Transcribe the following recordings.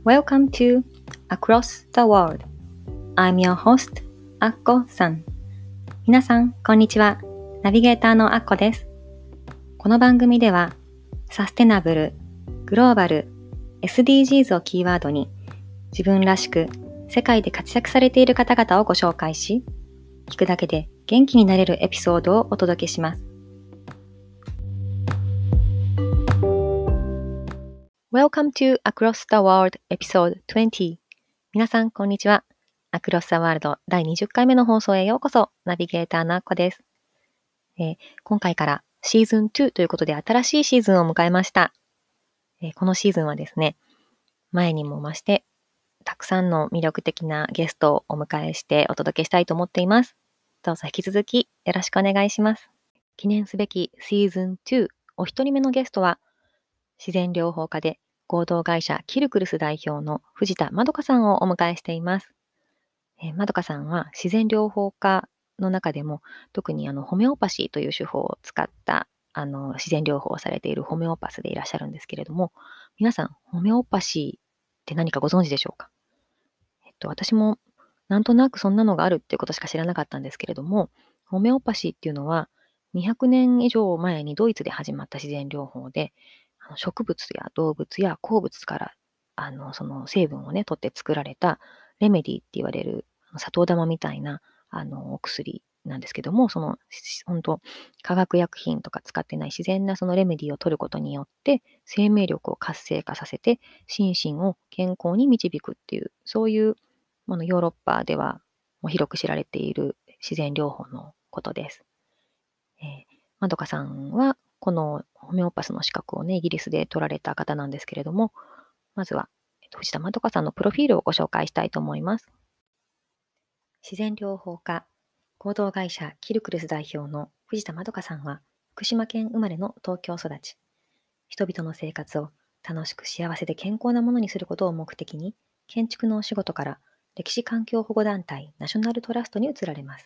Welcome to Across the World. I'm your host, アッコさん。皆さん、こんにちは。ナビゲーターのアッコです。この番組では、サステナブル、グローバル、SDGs をキーワードに、自分らしく世界で活躍されている方々をご紹介し、聞くだけで元気になれるエピソードをお届けします。Welcome to Across the World Episode 20. 皆さん、こんにちは。Across the World 第20回目の放送へようこそ。ナビゲーターのあっこです。今回からシーズン2ということで新しいシーズンを迎えました。このシーズンはですね、前にも増してたくさんの魅力的なゲストをお迎えしてお届けしたいと思っています。どうぞ引き続きよろしくお願いします。記念すべきシーズン2お一人目のゲストは自然療法家で合同会社キルクルス代表の藤田まどかさんをお迎えしています。まどかさんは自然療法家の中でも特にホメオパシーという手法を使った自然療法をされているホメオパスでいらっしゃるんですけれども、皆さんホメオパシーって何かご存知でしょうか？私もなんとなくそんなのがあるっていうことしか知らなかったんですけれども、ホメオパシーっていうのは200年以上前にドイツで始まった自然療法で、植物や動物や鉱物からその成分をね取って作られたレメディって言われる砂糖玉みたいなお薬なんですけども、その本当化学薬品とか使ってない自然なそのレメディを取ることによって生命力を活性化させて心身を健康に導くっていう、そういうヨーロッパではもう広く知られている自然療法のことです。まどかさんはこのホメオパスの資格をね、イギリスで取られた方なんですけれども、まずは藤田まどかさんのプロフィールをご紹介したいと思います。自然療法家、合同会社キルクルス代表の藤田まどかさんは、福島県生まれの東京育ち、人々の生活を楽しく幸せで健康なものにすることを目的に、建築のお仕事から歴史環境保護団体ナショナルトラストに移られます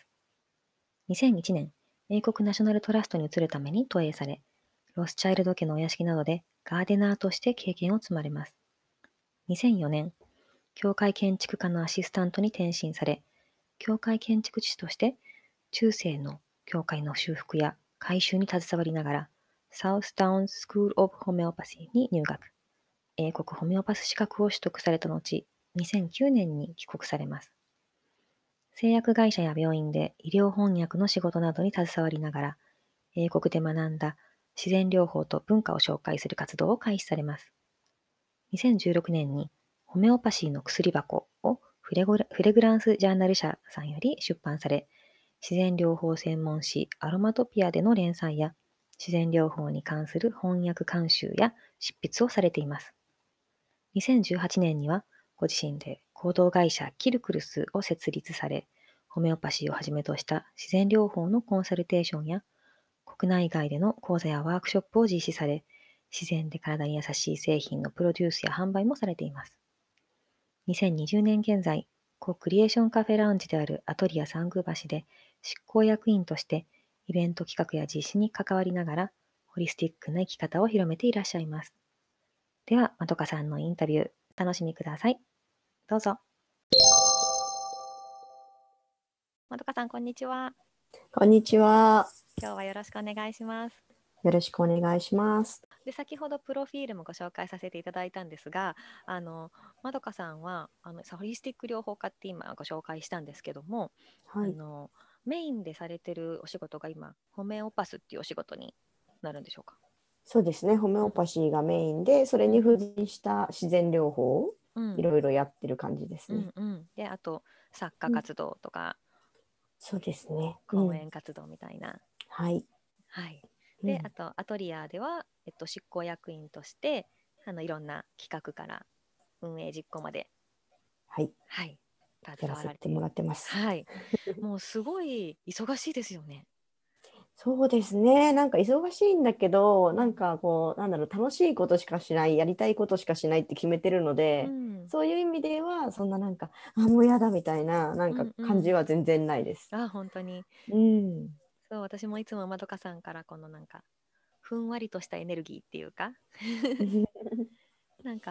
。2001年、英国ナショナルトラストに移るために投影され、ロスチャイルド家のお屋敷などでガーデナーとして経験を積まれます。2004年、教会建築家のアシスタントに転身され、教会建築士として中世の教会の修復や改修に携わりながら、サウスタウンスクール・オブ・ホメオパシーに入学。英国ホメオパス資格を取得された後、2009年に帰国されます。製薬会社や病院で医療翻訳の仕事などに携わりながら、英国で学んだ自然療法と文化を紹介する活動を開始されます。2016年にホメオパシーの薬箱をフレグランスジャーナル社さんより出版され、自然療法専門誌アロマトピアでの連載や自然療法に関する翻訳監修や執筆をされています。2018年にはご自身で合同会社キルクルスを設立され、ホメオパシーをはじめとした自然療法のコンサルテーションや国内外での講座やワークショップを実施され、自然で体に優しい製品のプロデュースや販売もされています。2020年現在、クリエーションカフェラウンジであるアトリア三宮橋で執行役員としてイベント企画や実施に関わりながら、ホリスティックな生き方を広めていらっしゃいます。では、まどかさんのインタビュー、楽しみください。どうぞ。まどかさん、こんにちは。 こんにちは。 今日はよろしくお願いします。 よろしくお願いします。 で、先ほどプロフィールもご紹介させていただいたんですが、まどかさんはホリスティック療法家って今ご紹介したんですけども、 はい、 メインでされてるお仕事が今ホメオパスっていうお仕事になるんでしょうか？ そうですね。ホメオパシーがメインで、それに付随した自然療法をいろいろやってる感じですね。 で、あと作家活動とか、 そうですね。 講演活動みたいな。 はい。 はい。で、あとアトリアでは、執行役員としていろんな企画から運営実行まで、 はい。 はい、 や携わられてらせてもらってます。 はい。もうすごい忙しいですよね。 そうですね。なんか忙しいんだけど、なんかこう、楽しいことしかしない、やりたいことしかしないって決めてるので、そういう意味では、そんななんか、もうやだみたいな、なんか感じは全然ないです。 本当に。そう、私もいつもまどかさんからこのなんか、ふんわりとしたエネルギーっていうかなんか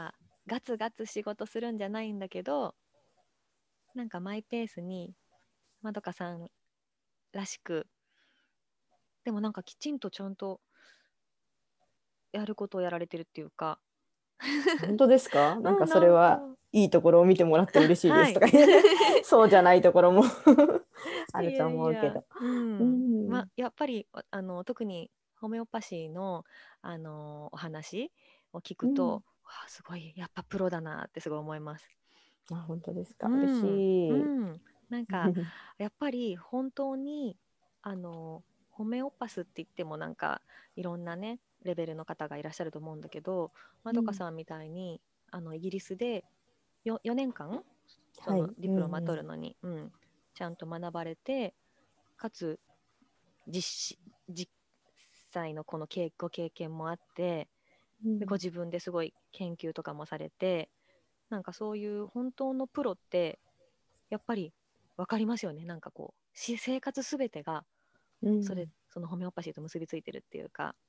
ガツガツ仕事するんじゃないんだけど、なんかマイペースにまどかさんらしく、でもなんかきちんとちゃんとやることをやられてるっていうか。 本当ですか？なんかそれなんかはいいところを見てもらって嬉しいではいすとか言ってそうじゃないところもあいやるといや、 思うけど。うまん。 やっぱり特にホメオパシーの、お話を聞くと、わあすごいやっぱプロだなってすごい思います。 あ、本当ですうか？嬉しん、うい。 ん、なんかやっぱり本当にホメオパスって言ってもなんかいろんなねレベルの方がいらっしゃると思うんだけど、まどかさんみたいにイギリスで4年間そはい。 のディプロマ取るのに、ちゃんと学ばれて、かつ実際のこのご経験もあって、でご自分ですごい研究とかもされて、なんかそういう本当のプロってやっぱり分かりますよね。なんかこう生活すべてがそのホメオパシーと結びついてるっていうか、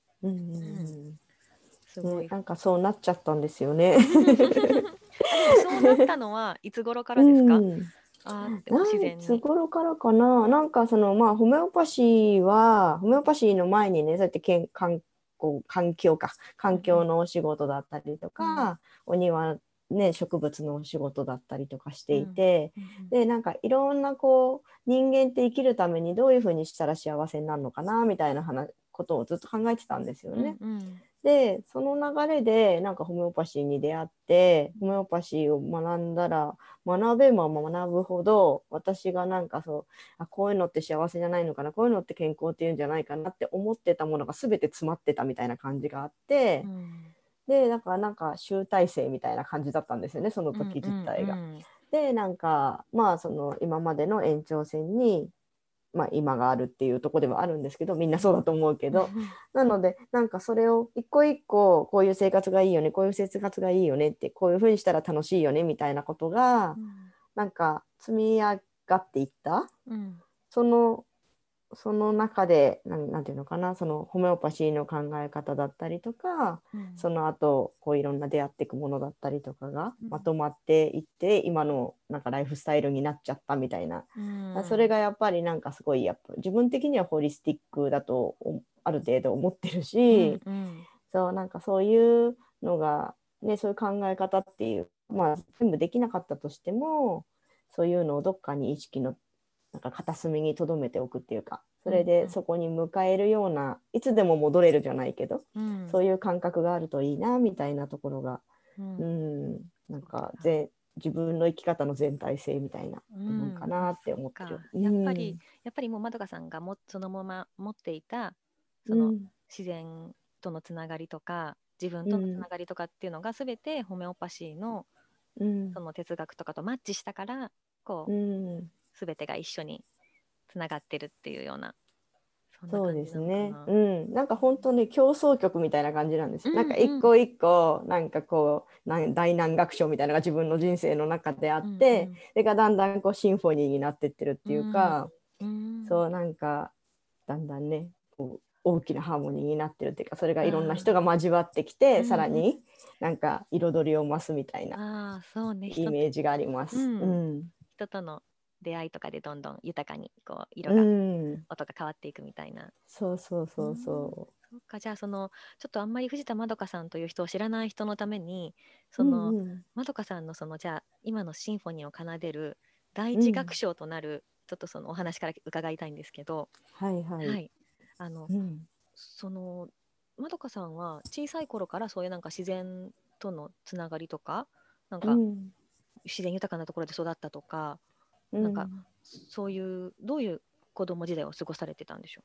すごね、 い。 なんかそうなっちゃったんですよね。 でもそうなったのはいつ頃からですか？でも自い然に。 つ頃からかな。なんかホメオパシーの前にね、そうやって環境のお仕事だったりとか、お庭ね、植物のお仕事だったりとかしていて、でなんかいろんなこう人間って生きるためにどういうふうにしたら幸せになるのかなみたいなことをずっと考えてたんですよね。でその流れでなんかホメオパシーに出会って、ホメオパシーを学んだら、学べば学ぶほど私がなんかこういうのって幸せじゃないのかな、こういうのって健康っていうんじゃないかなって思ってたものが全て詰まってたみたいな感じがあって、でだからなんか集大成みたいな感じだったんですよね、その時自体が。でなんかその今までの延長線に今があるっていうところではあるんですけど、みんなそうだと思うけど、なのでなんかそれを一個一個こういう生活がいいよね、こういう生活がいいよねって、こういうふうにしたら楽しいよねみたいなことが、なんか積み上がっていった、そのその中でなんていうのかな、そのホメオパシーの考え方だったりとか、その後こういろんな出会っていくものだったりとかがまとまっていって、今のなんかライフスタイルになっちゃったみたいな、それがやっぱりなんかすごい自分的にはホリスティックだとある程度思ってるし、そうなんかそういうのがね、そういう考え方っていう、全部できなかったとしても、そういうのをどっかに意識のなんか片隅に留めておくっていうか、それでそこに迎えるような、いつでも戻れるじゃないけど、そういう感覚があるといいなみたいなところが、なんか自分の生き方の全体性みたいな部分かなって思ってる。 やっぱりもうまどかさんがそのまま持っていたその自然とのつながりとか自分とのつながりとかっていうのが全てホメオパシーのその哲学とかとマッチしたから、こう全てが一緒につながってるっていうような、そんなそう感じなのかですね。 な。 なんか本当に競争曲みたいな感じなんです。なんか一個一個、なんかこう、大難楽章みたいなのが自分の人生の中であって、それがだんだんこうシンフォニーになってってるっていうか、そうなんか、だんだんね、こう大きなハーモニーになってるっていうか、それがいろんな人が交わってきて、さらになんか彩りを増すみたいなイメージがあります。 人との出会いとかでどんどん豊かにこう色が、音が変わっていくみたいな。 そうそうそうそう。 そうか、じゃあちょっとあんまり藤田まどかさんという人を知らない人のために、その、まどかさんのじゃあ今のシンフォニーを奏でる第一楽章となる、ちょっとそのお話から伺いたいんですけど、 はいはい。 まどかさんは小さい頃からそういうなんか自然とのつながりとか、なんか自然豊かなところで育ったとか、なんかそういうどういう子供時代を過ごされてたんでしょ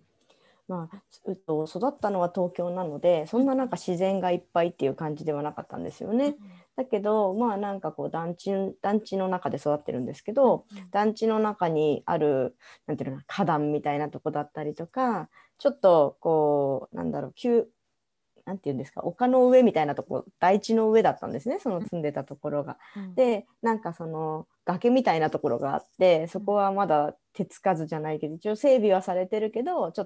育ったのは東京なので、そんななんか自然がいっぱいっていう感じではなかったんですよね。だけどなんかこう団地の中で育ってるんですけど、団地の中にあるなんていうのか花壇みたいなとこだったりとか、ちょっとこうなんだろうなんていうんですか、丘の上みたいなとこ、台地の上だったんですね、その住んでたところが。でなんかその崖みたいなところがあって、そこはまだ手つかずじゃないけど一応整備はされてるけど、ちょっと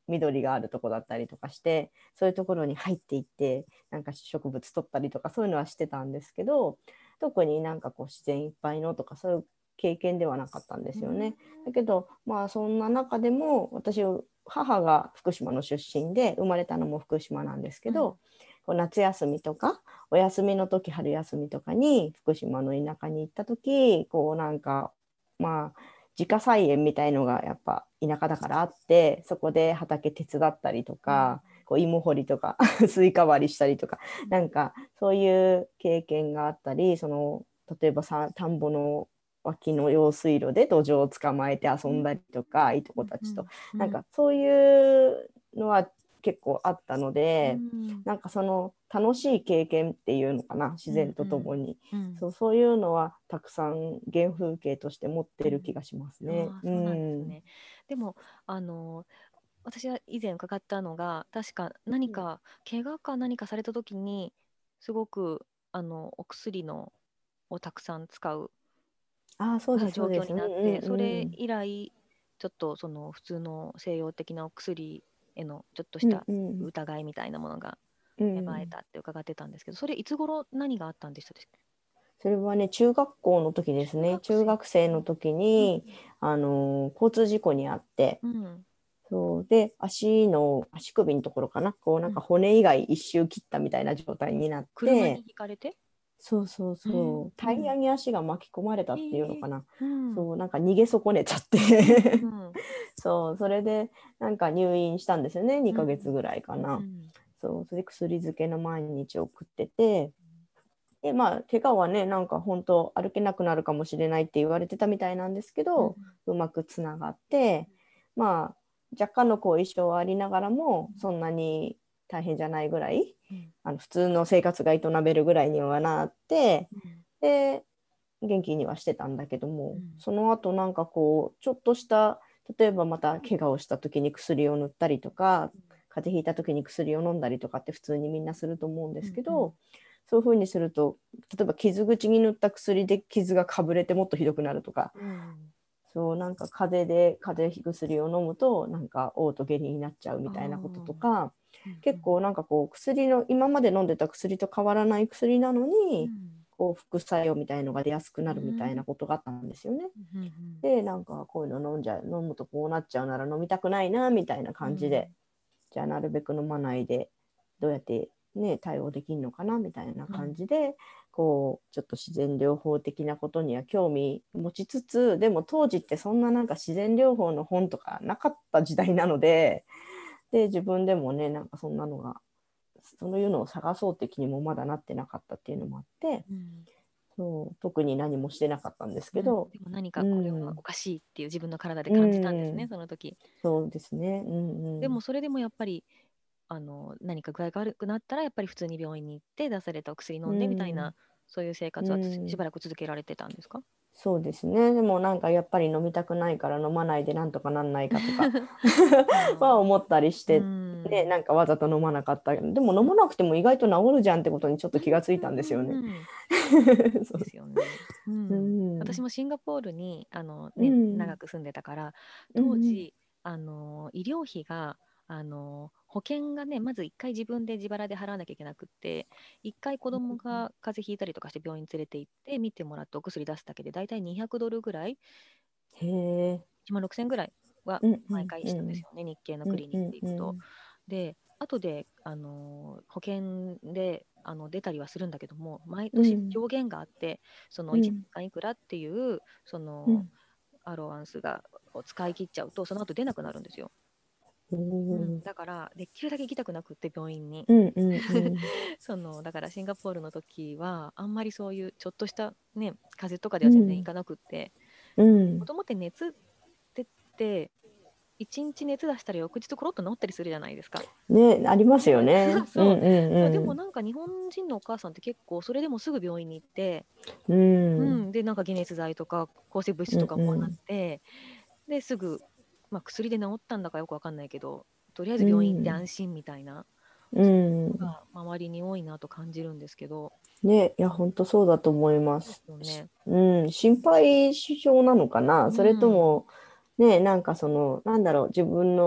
緑があるとこだったりとかして、そういうところに入っていってなんか植物取ったりとかそういうのはしてたんですけど、特になんかこう自然いっぱいのとかそういう経験ではなかったんですよね。だけどまあそんな中でも私、母が福島の出身で生まれたのも福島なんですけど、こう夏休みとかお休みの時、春休みとかに福島の田舎に行った時、こうなんかまあ自家菜園みたいのがやっぱ田舎だからあって、そこで畑手伝ったりとか、こう芋掘りとかスイカ割りしたりとか、なんかそういう経験があったり、その例えば田んぼの脇の用水路でドジョウを捕まえて遊んだりとか、いとこたちと、なんかそういうのは結構あったので、なんかその楽しい経験っていうのかな、自然とともに、そういうのはたくさん原風景として持ってる気がしますね。 そうなんですね。でも私は以前伺ったのが、確か何か怪我か何かされた時にすごくお薬をたくさん使う状況になって、それ以来ちょっとその普通の西洋的なお薬へのちょっとした疑いみたいなものが芽生えたって伺ってたんですけど、それいつ頃何があったんでしたっけ？ それはね、中学校の時ですね。中学生の時に、交通事故に遭って、そうで足首のところかな、こうなんか骨以外一周切ったみたいな状態になって、 車にひかれて、 そうタイヤに足が巻き込まれたっていうのかな、そうなんか逃げ損ねちゃってそれでなんか入院したんですよね、2ヶ月ぐらいかな。それで薬漬けの毎日を送ってて、でまあ怪我はね、なんか本当歩けなくなるかもしれないって言われてたみたいなんですけど、うまくつながって、まあ若干の後遺症はありながらもそんなに大変じゃないぐらい、普通の生活が営めるぐらいにはなって、で元気にはしてたんだけども、その後なんかこうちょっとした例えばまた怪我をした時に薬を塗ったりとか、風邪ひいた時に薬を飲んだりとかって普通にみんなすると思うんですけど、そういう風にすると例えば傷口に塗った薬で傷がかぶれてもっとひどくなるとか、そうなんか風邪薬を飲むとなんか嘔吐下痢になっちゃうみたいなこととか、結構なんかこう薬の今まで飲んでた薬と変わらない薬なのに、こう副作用みたいのが出やすくなるみたいなことがあったんですよね。でなんかこういうの飲むとこうなっちゃうなら飲みたくないなみたいな感じで、じゃあなるべく飲まないでどうやってね、対応できるのかなみたいな感じで、こうちょっと自然療法的なことには興味持ちつつ、でも当時ってそんななんか自然療法の本とかなかった時代なので、自分でもねなんかそんなのがそういうのを探そうって気にもまだなってなかったっていうのもあって、そう特に何もしてなかったんですけど、 でも何かこれはおかしいっていう自分の体で感じたんですね、その時。 そうですね、 でもそれでもやっぱり何か具合が悪くなったらやっぱり普通に病院に行って出されたお薬飲んでみたいな、そういう生活はしばらく続けられてたんですか？ そうですね。でもなんかやっぱり飲みたくないから飲まないでなんとかなんないかとかは思ったりして、ね、なんかわざと飲まなかった。でも飲まなくても意外と治るじゃんってことにちょっと気がついたんですよね。 そうですよね。私もシンガポールに長く住んでたから当時医療費が保険がね、まず1回自分で自腹で払わなきゃいけなくって、1回子供が風邪ひいたりとかして病院連れて行って見てもらってお薬出すだけでだいたい$200ぐらい、1万6000ぐらいは毎回したんですよね、日系のクリニックで行くと。で、後で保険で出たりはするんだけども、毎年上限があって、その1年間いくらっていうそのアロワンスを使い切っちゃうと、その後出なくなるんですよ。だからできるだけ行きたくなくって病院にだからシンガポールの時はあんまりそういうちょっとしたね風邪とかでは全然行かなくって、子供って熱出て1日熱出したら翌日コロッと治ったりするじゃないですか。 ね、ありますよね。 でもなんか日本人のお母さんって結構それでもすぐ病院に行って、でなんか解熱剤とか抗生物質とかもらって、ですぐ薬で治ったんだかよくわかんないけど、とりあえず病院行って安心みたいな、が周りに多いなと感じるんですけど。 ね、いや本当そうだと思います。心配性なのかな、それともね、なんかなんだろう、自分の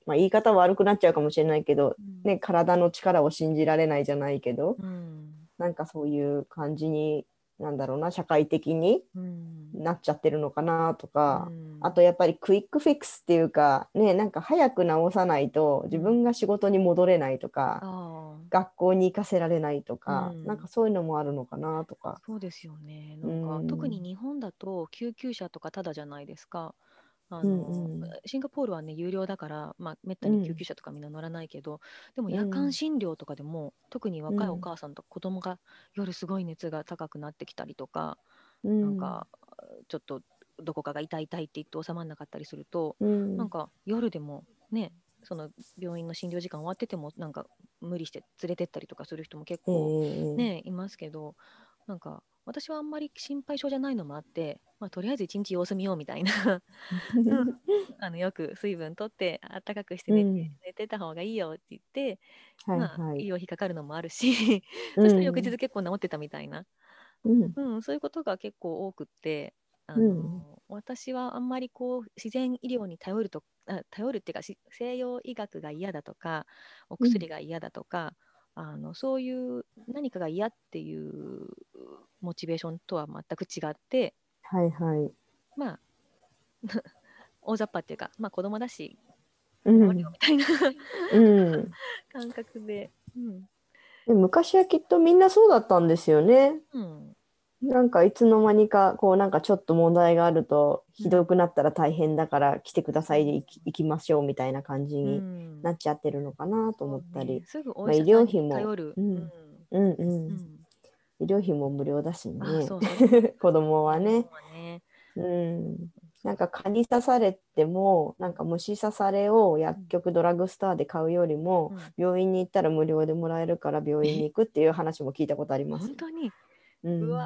まあ、言い方悪くなっちゃうかもしれないけど、ね、体の力を信じられないじゃないけど、なんかそういう感じに、なんだろうな、社会的になっちゃってるのかなとか、あとやっぱりクイックフィックスっていうか、ね、なんか早く治さないと自分が仕事に戻れないとか、学校に行かせられないとか、なんかそういうのもあるのかなとか。 そうですよね。なんか、特に日本だと救急車とかタダじゃないですか。シンガポールはね、有料だから、まあ、めったに救急車とかみんな乗らないけど、でも夜間診療とかでも、特に若いお母さんと子供が夜すごい熱が高くなってきたりとか、なんか、ちょっとどこかが痛い痛いって言って収まらなかったりすると、なんか夜でもね、その病院の診療時間終わってても、なんか無理して連れてったりとかする人も結構ね、いますけど、なんか私はあんまり心配性じゃないのもあって、まあ、とりあえず一日様子見ようみたいなよく水分取ってあったかくして寝てた方がいいよって言って、まあ、医療費かかるのもあるしそしたら翌日結構治ってたみたいな、そういうことが結構多くって、私はあんまりこう自然医療に頼るっていうか西洋医学が嫌だとかお薬が嫌だとか、そういう何かが嫌っていうモチベーションとは全く違って、まあ大雑把っていうか、まあ子供だし治るよみたいな感覚で、 で昔はきっとみんなそうだったんですよね。なんかいつの間にかこうなんかちょっと問題があるとひどくなったら大変だから来てくださいで行きましょうみたいな感じになっちゃってるのかなと思ったり、 すぐおまあ、医医者さんに療費も、 頼る。 医療費も無料だしね、 そうそれも子供はね。 ね。 なんか蚊に刺されてもなんか虫刺されを薬局ドラッグストアで買うよりも、病院に行ったら無料でもらえるから病院に行くっていう話も聞いたことあります。 本当に、うわ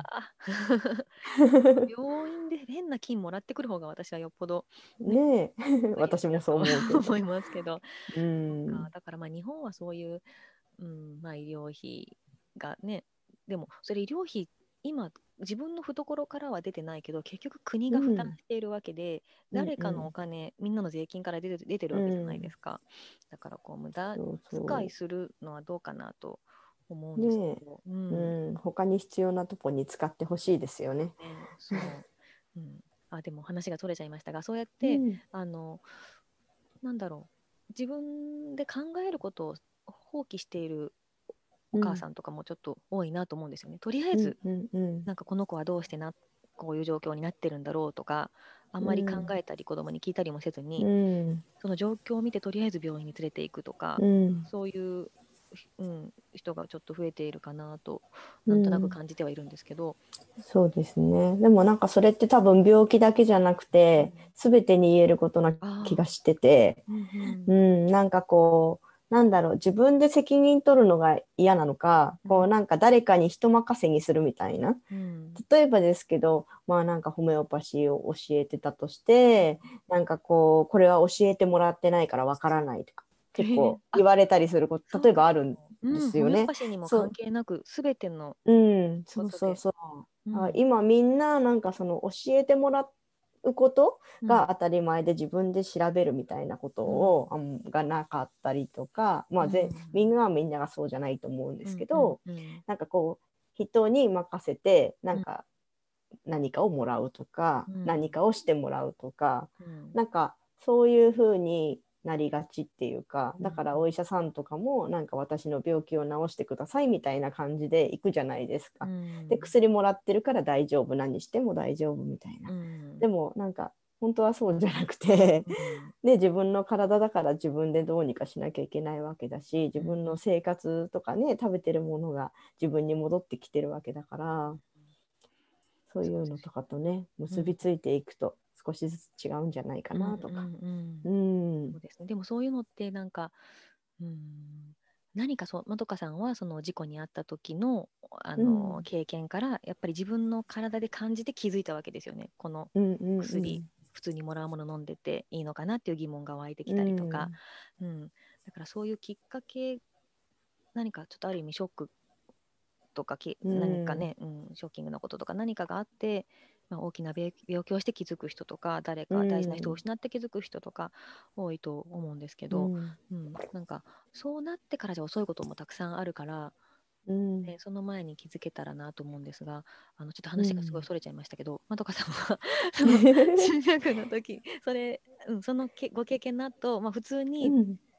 病院で変な金もらってくる方が私はよっぽどねえ私もそう思うけど思いますけど、だからまあ日本はそういう、まあ、医療費がね、でもそれ医療費今自分の懐からは出てないけど結局国が負担しているわけで、誰かのお金、みんなの税金から出てるわけじゃないですか。だからこう無駄遣いするのはどうかなと思うんですけど、 他に必要なとこに使ってほしいですよね。 そう、でも話が取れちゃいましたが、そうやって、なんだろう、自分で考えることを放棄しているお母さんとかもちょっと多いなと思うんですよね。とりあえず、なんかこの子はどうしてこういう状況になってるんだろうとか、あんまり考えたり子供に聞いたりもせずに、その状況を見てとりあえず病院に連れていくとか、そういう、人がちょっと増えているかなとなんとなく感じてはいるんですけど、 そうですね。でもなんかそれって多分病気だけじゃなくて、全てに言えることな気がしてて、なんかこうなんだろう、自分で責任取るのが嫌なのか、こうなんか誰かに人任せにするみたいな、例えばですけど、まあなんかホメオパシーを教えてたとして、なんかこうこれは教えてもらってないからわからないとか結構言われたりすること例えばあるんですよね。 ホメオパシーにも関係なく全てのそうそうそう。今みんななんかその教えてもらうことが当たり前で自分で調べるみたいなことを、がなかったりとか、まあみんながそうじゃないと思うんですけど、なんかこう人に任せてなんか何かをもらうとか、何かをしてもらうとか、なんかそういうふうになりがちっていうか、だからお医者さんとかもなんか私の病気を治してくださいみたいな感じで行くじゃないですか。で薬もらってるから大丈夫、何しても大丈夫みたいな。でもなんか本当はそうじゃなくてで自分の体だから自分でどうにかしなきゃいけないわけだし、自分の生活とかね食べてるものが自分に戻ってきてるわけだから、そういうのとかとね結びついていくと少しずつ違うんじゃないかなとか。 そうですね。でもそういうのってなんか、何かまどかさんはその事故に遭った時の、経験からやっぱり自分の体で感じて気づいたわけですよね。この薬、普通にもらうもの飲んでていいのかなっていう疑問が湧いてきたりとか、だからそういうきっかけ、何かちょっとある意味ショックとかうん何かね、ショッキングなこととか何かがあって、大きな病気をして気づく人とか、誰か大事な人を失って気づく人とか多いと思うんですけど、なんかそうなってからじゃ遅いこともたくさんあるから、その前に気づけたらなと思うんですが、ちょっと話がすごいそれちゃいましたけど、まどかさんはその中学の時そのご経験の後、普通に、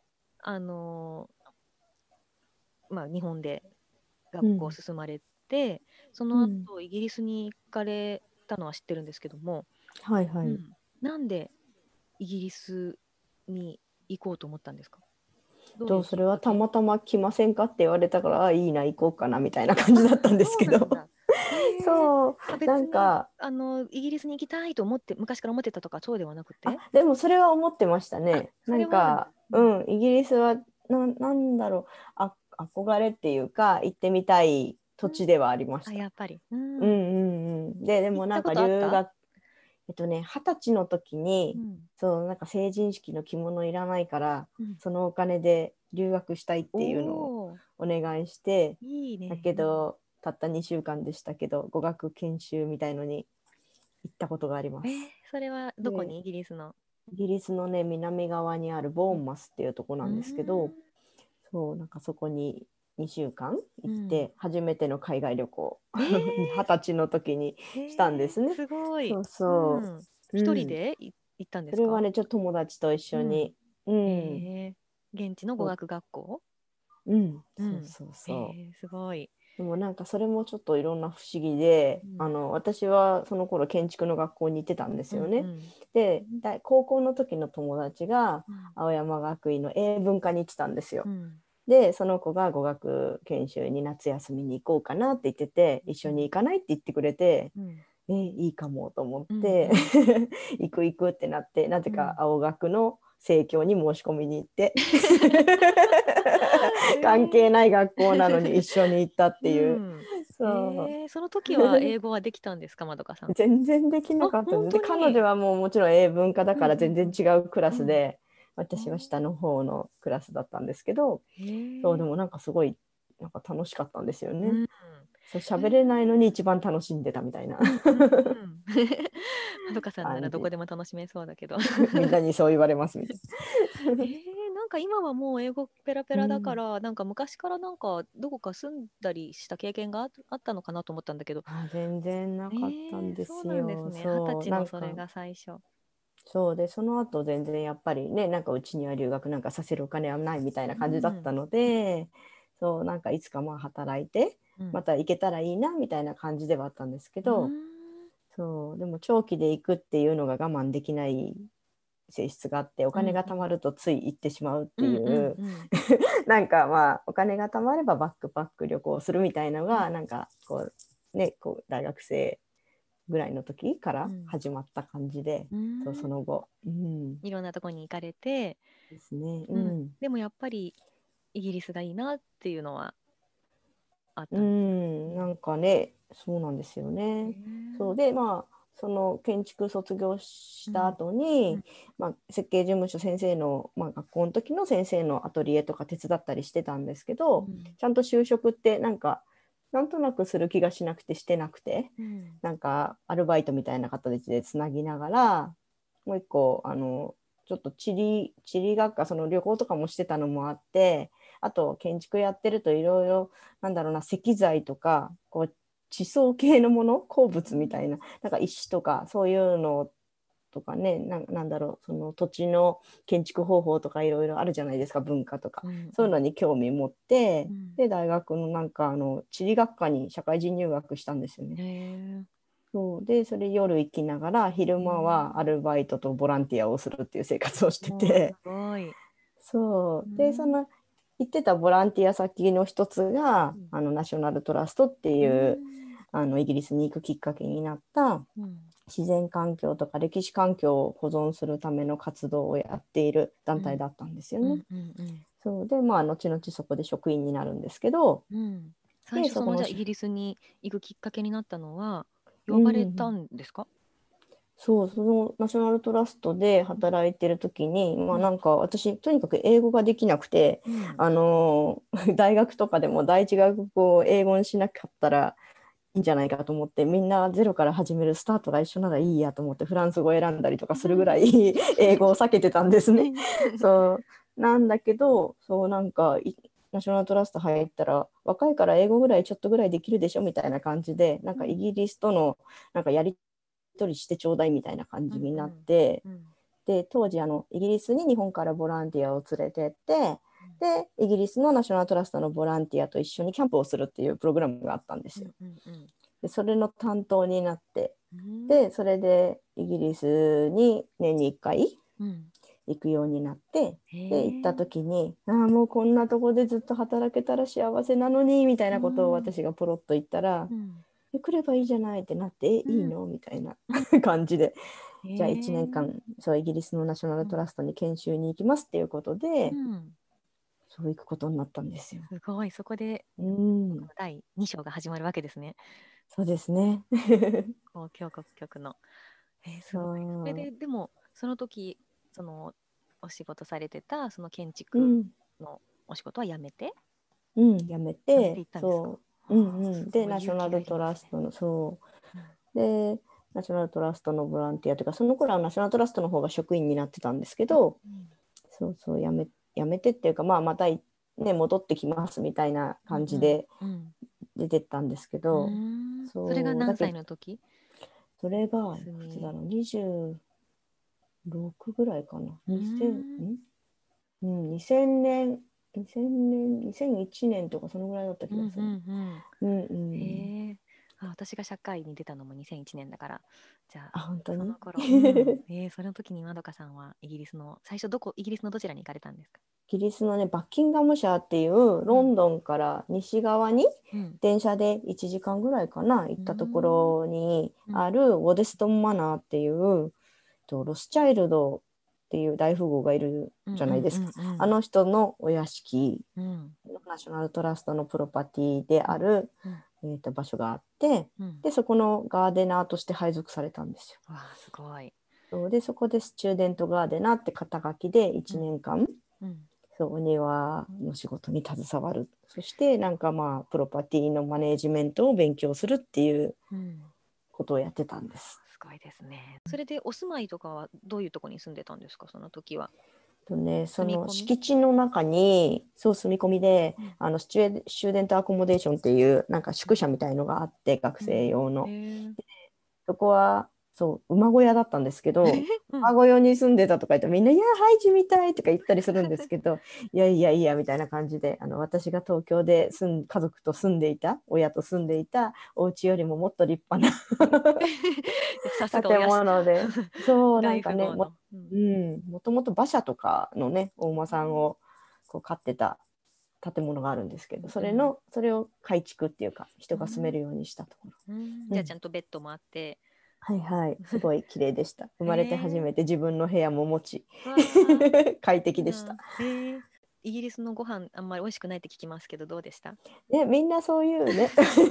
日本で学校を進まれて、その後イギリスに行かれたのは知ってるんですけども、 はいはい。 なんでイギリスに行こうと思ったんですか？どういうそれはたきっかけ？ またま来ませんかって言われたから、いいな、行こうかなみたいな感じだったんですけど。 そうなんだ。 そう、な別にんか、 イギリスに行きたいと昔から思ってたとかそうではなくて？ でもそれは思ってましたね。 それはあるんだ。 イギリスはなんだろう、憧れっていうか、行ってみたい土地ではありました。 やっぱり。 でも行ったなんかことあった？ 20歳の時に、なんか成人式の着物いらないから、そのお金で留学したいっていうのをお願いして、 いいね。 だけど、たった2週間でしたけど、語学研修みたいのに行ったことがあります。 それはどこに？イギリスの？ イギリスのね、南側にあるボーンマスっていうとこなんですけど、なんかそこに2週間行って、初めての海外旅行、20歳の時にしたんですね。 すごい。 一人で行ったんですか？ それはね、ちょっと友達と一緒に。 現地の語学学校？すごい。 でもなんかそれもちょっといろんな不思議で、私はその頃建築の学校に行ってたんですよね。で、高校の時の友達が青山学院の英文科に行ってたんですよ。で、その子が語学研修に夏休みに行こうかなって言ってて、一緒に行かないって言ってくれて、いいかもと思って、行くってなって、なぜか青学の生協に申し込みに行って関係ない学校なのに一緒に行ったっていう。 その時は英語はできたんですか、まどかさん？ 全然できなかったので、彼女はもちろん英文科だから全然違うクラスで、私は下の方のクラスだったんですけど、でもなんかすごいなんか楽しかったんですよね。喋れないのに一番楽しんでたみたいな。 まどかさんならどこでも楽しめそうだけどみんなにそう言われますみたいな。 なんか今はもう英語ペラペラだから、なんか昔からなんかどこか住んだりした経験があったのかなと思ったんだけど。 全然なかったんですよ。 そうなんですね。20歳のそれが最初。 そうで、その後全然やっぱりね、なんかうちには留学なんかさせるお金はないみたいな感じだったので、なんかいつかまあ働いて、また行けたらいいなみたいな感じではあったんですけど、でも長期で行くっていうのが我慢できない性質があって、お金が貯まるとつい行ってしまうっていう、なんかまあお金が貯まればバックパック旅行するみたいなのが、なんかこう大学生ぐらいの時から始まった感じで、その後、 いろんなとこに行かれてですね。 でもやっぱりイギリスがいいなっていうのはあった。 なんかね、そうなんですよね。で、まあその建築卒業した後に、設計事務所先生の、学校の時の先生のアトリエとか手伝ったりしてたんですけど、ちゃんと就職ってなんとなくする気がしなくてしてなくて、なんかアルバイトみたいな形でつなぎながら、もう一個ちょっと地理学科、その旅行とかもしてたのもあって、あと建築やってるといろいろなんだろうな、石材とかこう地層系のもの、鉱物みたいな、なんか石とかそういうのとかね、なんだろう、その土地の建築方法とかいろいろあるじゃないですか、文化とか、そういうのに興味持って、で大学のなんか地理学科に社会人入学したんですよね。でそれ夜行きながら昼間はアルバイトとボランティアをするっていう生活をしてて、でその行ってたボランティア先の一つが、ナショナルトラストっていうイギリスに行くきっかけになった自然環境とか歴史環境を保存するための活動をやっている団体だったんですよね。でまあ後々そこで職員になるんですけど、 最初じゃあイギリスに行くきっかけになったのは呼ばれたんですか？ そうそのナショナルトラストで働いてる時に、まあなんか私とにかく英語ができなくて、大学とかでも第一外国語を英語にしなかったらいいんじゃないかと思って、みんなゼロから始めるスタートが一緒ならいいやと思ってフランス語を選んだりとかするぐらい英語を避けてたんですね。そうなんだけど、そうなんかナショナルトラスト入ったら若いから英語ぐらいちょっとぐらいできるでしょみたいな感じで、なんかイギリスとのなんかやり取りしてちょうだいみたいな感じになって、で当時イギリスに日本からボランティアを連れてって、でイギリスのナショナルトラストのボランティアと一緒にキャンプをするっていうプログラムがあったんですよ。でそれの担当になって、でそれでイギリスに年に1回行くようになって、で行った時にもうこんなとこでずっと働けたら幸せなのにみたいなことを私がポロッと言ったら、来ればいいじゃないってなって、いいのみたいな感じで、じゃあ1年間そうイギリスのナショナルトラストに研修に行きますっていうことで、そう行くことになったんですよ。 すごい、そこで第2章が始まるわけですね。 そうですね。 交響国曲の。すごい。それででもその時そのお仕事されてたその建築のお仕事はやめて、 やめて、 そう、 でナショナルトラストのでナショナルトラストのボランティアというか、その頃はナショナルトラストの方が職員になってたんですけど、そうやめてっていうか、またね戻ってきますみたいな感じで出てったんですけど、 それが何歳の時？ それがいくつだろう、26ぐらいかな。2000年2001年とかそのぐらいだった気がする。 私が社会に出たのも2001年だから、じゃあ本当にその頃、その時にまどかさんはイギリスの最初イギリスのどちらに行かれたんですか？ イギリスのね、バッキンガムシャーっていうロンドンから西側に電車で1時間ぐらいかな、行ったところにあるウォデストンマナーっていうロスチャイルドっていう大富豪がいるじゃないですか。あの人のお屋敷、ナショナルトラストのプロパティである、場所があって、でそこのガーデナーとして配属されたんですよ。 わあ、すごい。 でそこでスチューデントガーデナーって肩書きで1年間、お庭の仕事に携わる。そしてなんかプロパティのマネージメントを勉強するっていうことをやってたんです。 すごいですね。それでお住まいとかはどういうところに住んでたんですか、その時は？ その敷地の中に住み込みで、スチューデントアコモデーションっていうなんか宿舎みたいのがあって、学生用の。そこは馬小屋だったんですけど、馬小屋に住んでたとか言ってみんな「いやハイジみたい」とか言ったりするんですけどいやいやいやみたいな感じで、私が東京で家族と住んでいた、親と住んでいたお家よりももっと立派な建物で、そうなんかね、もともと馬車とかのねお馬さんを飼ってた建物があるんですけど、それを改築っていうか人が住めるようにしたところ。 じゃあちゃんとベッドもあって、 はいはい、すごい綺麗でした。生まれて初めて自分の部屋も持ち、快適でした。 イギリスのご飯あんまり美味しくないって聞きますけど、どうでした？ みんなそういうね。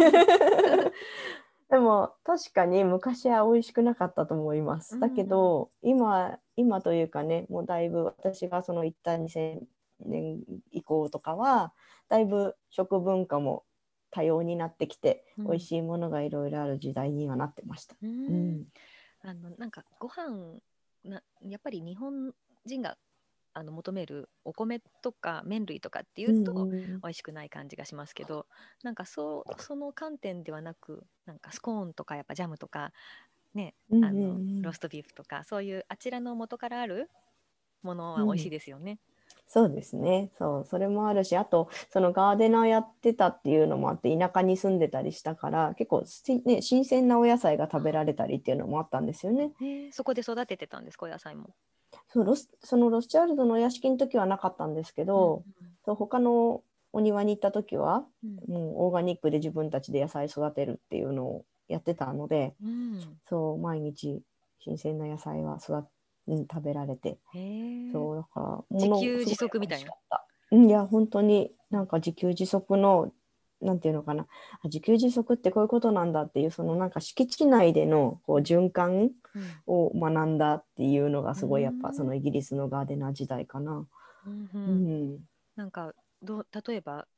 でも確かに昔は美味しくなかったと思います。だけど今というかね、もうだいぶ私が行った2000年以降とかはだいぶ食文化も多様になってきて、美味しいものがいろいろある時代にはなってました。 なんかご飯やっぱり日本人が求めるお米とか麺類とかっていうと美味しくない感じがしますけど、なんかその観点ではなく、なんかスコーンとかやっぱジャムとかね、ローストビーフとかそういうあちらの元からあるものは美味しいですよね。 そうですね。それもあるし、あとそのガーデナーやってたっていうのもあって、田舎に住んでたりしたから結構ね、新鮮なお野菜が食べられたりっていうのもあったんですよね。 そこで育ててたんですか、お野菜も？ そのロスチャールドのお屋敷の時はなかったんですけど、他のお庭に行った時は、もうオーガニックで自分たちで野菜育てるっていうのをやってたので、毎日新鮮な野菜は食べられて、だから自給自足みたいな。 いや本当になんか自給自足のなんていうのかな、自給自足ってこういうことなんだっていう、そのなんか敷地内でのこう循環を学んだっていうのがすごいやっぱそのイギリスのガーデナー時代かな。 なんか例えば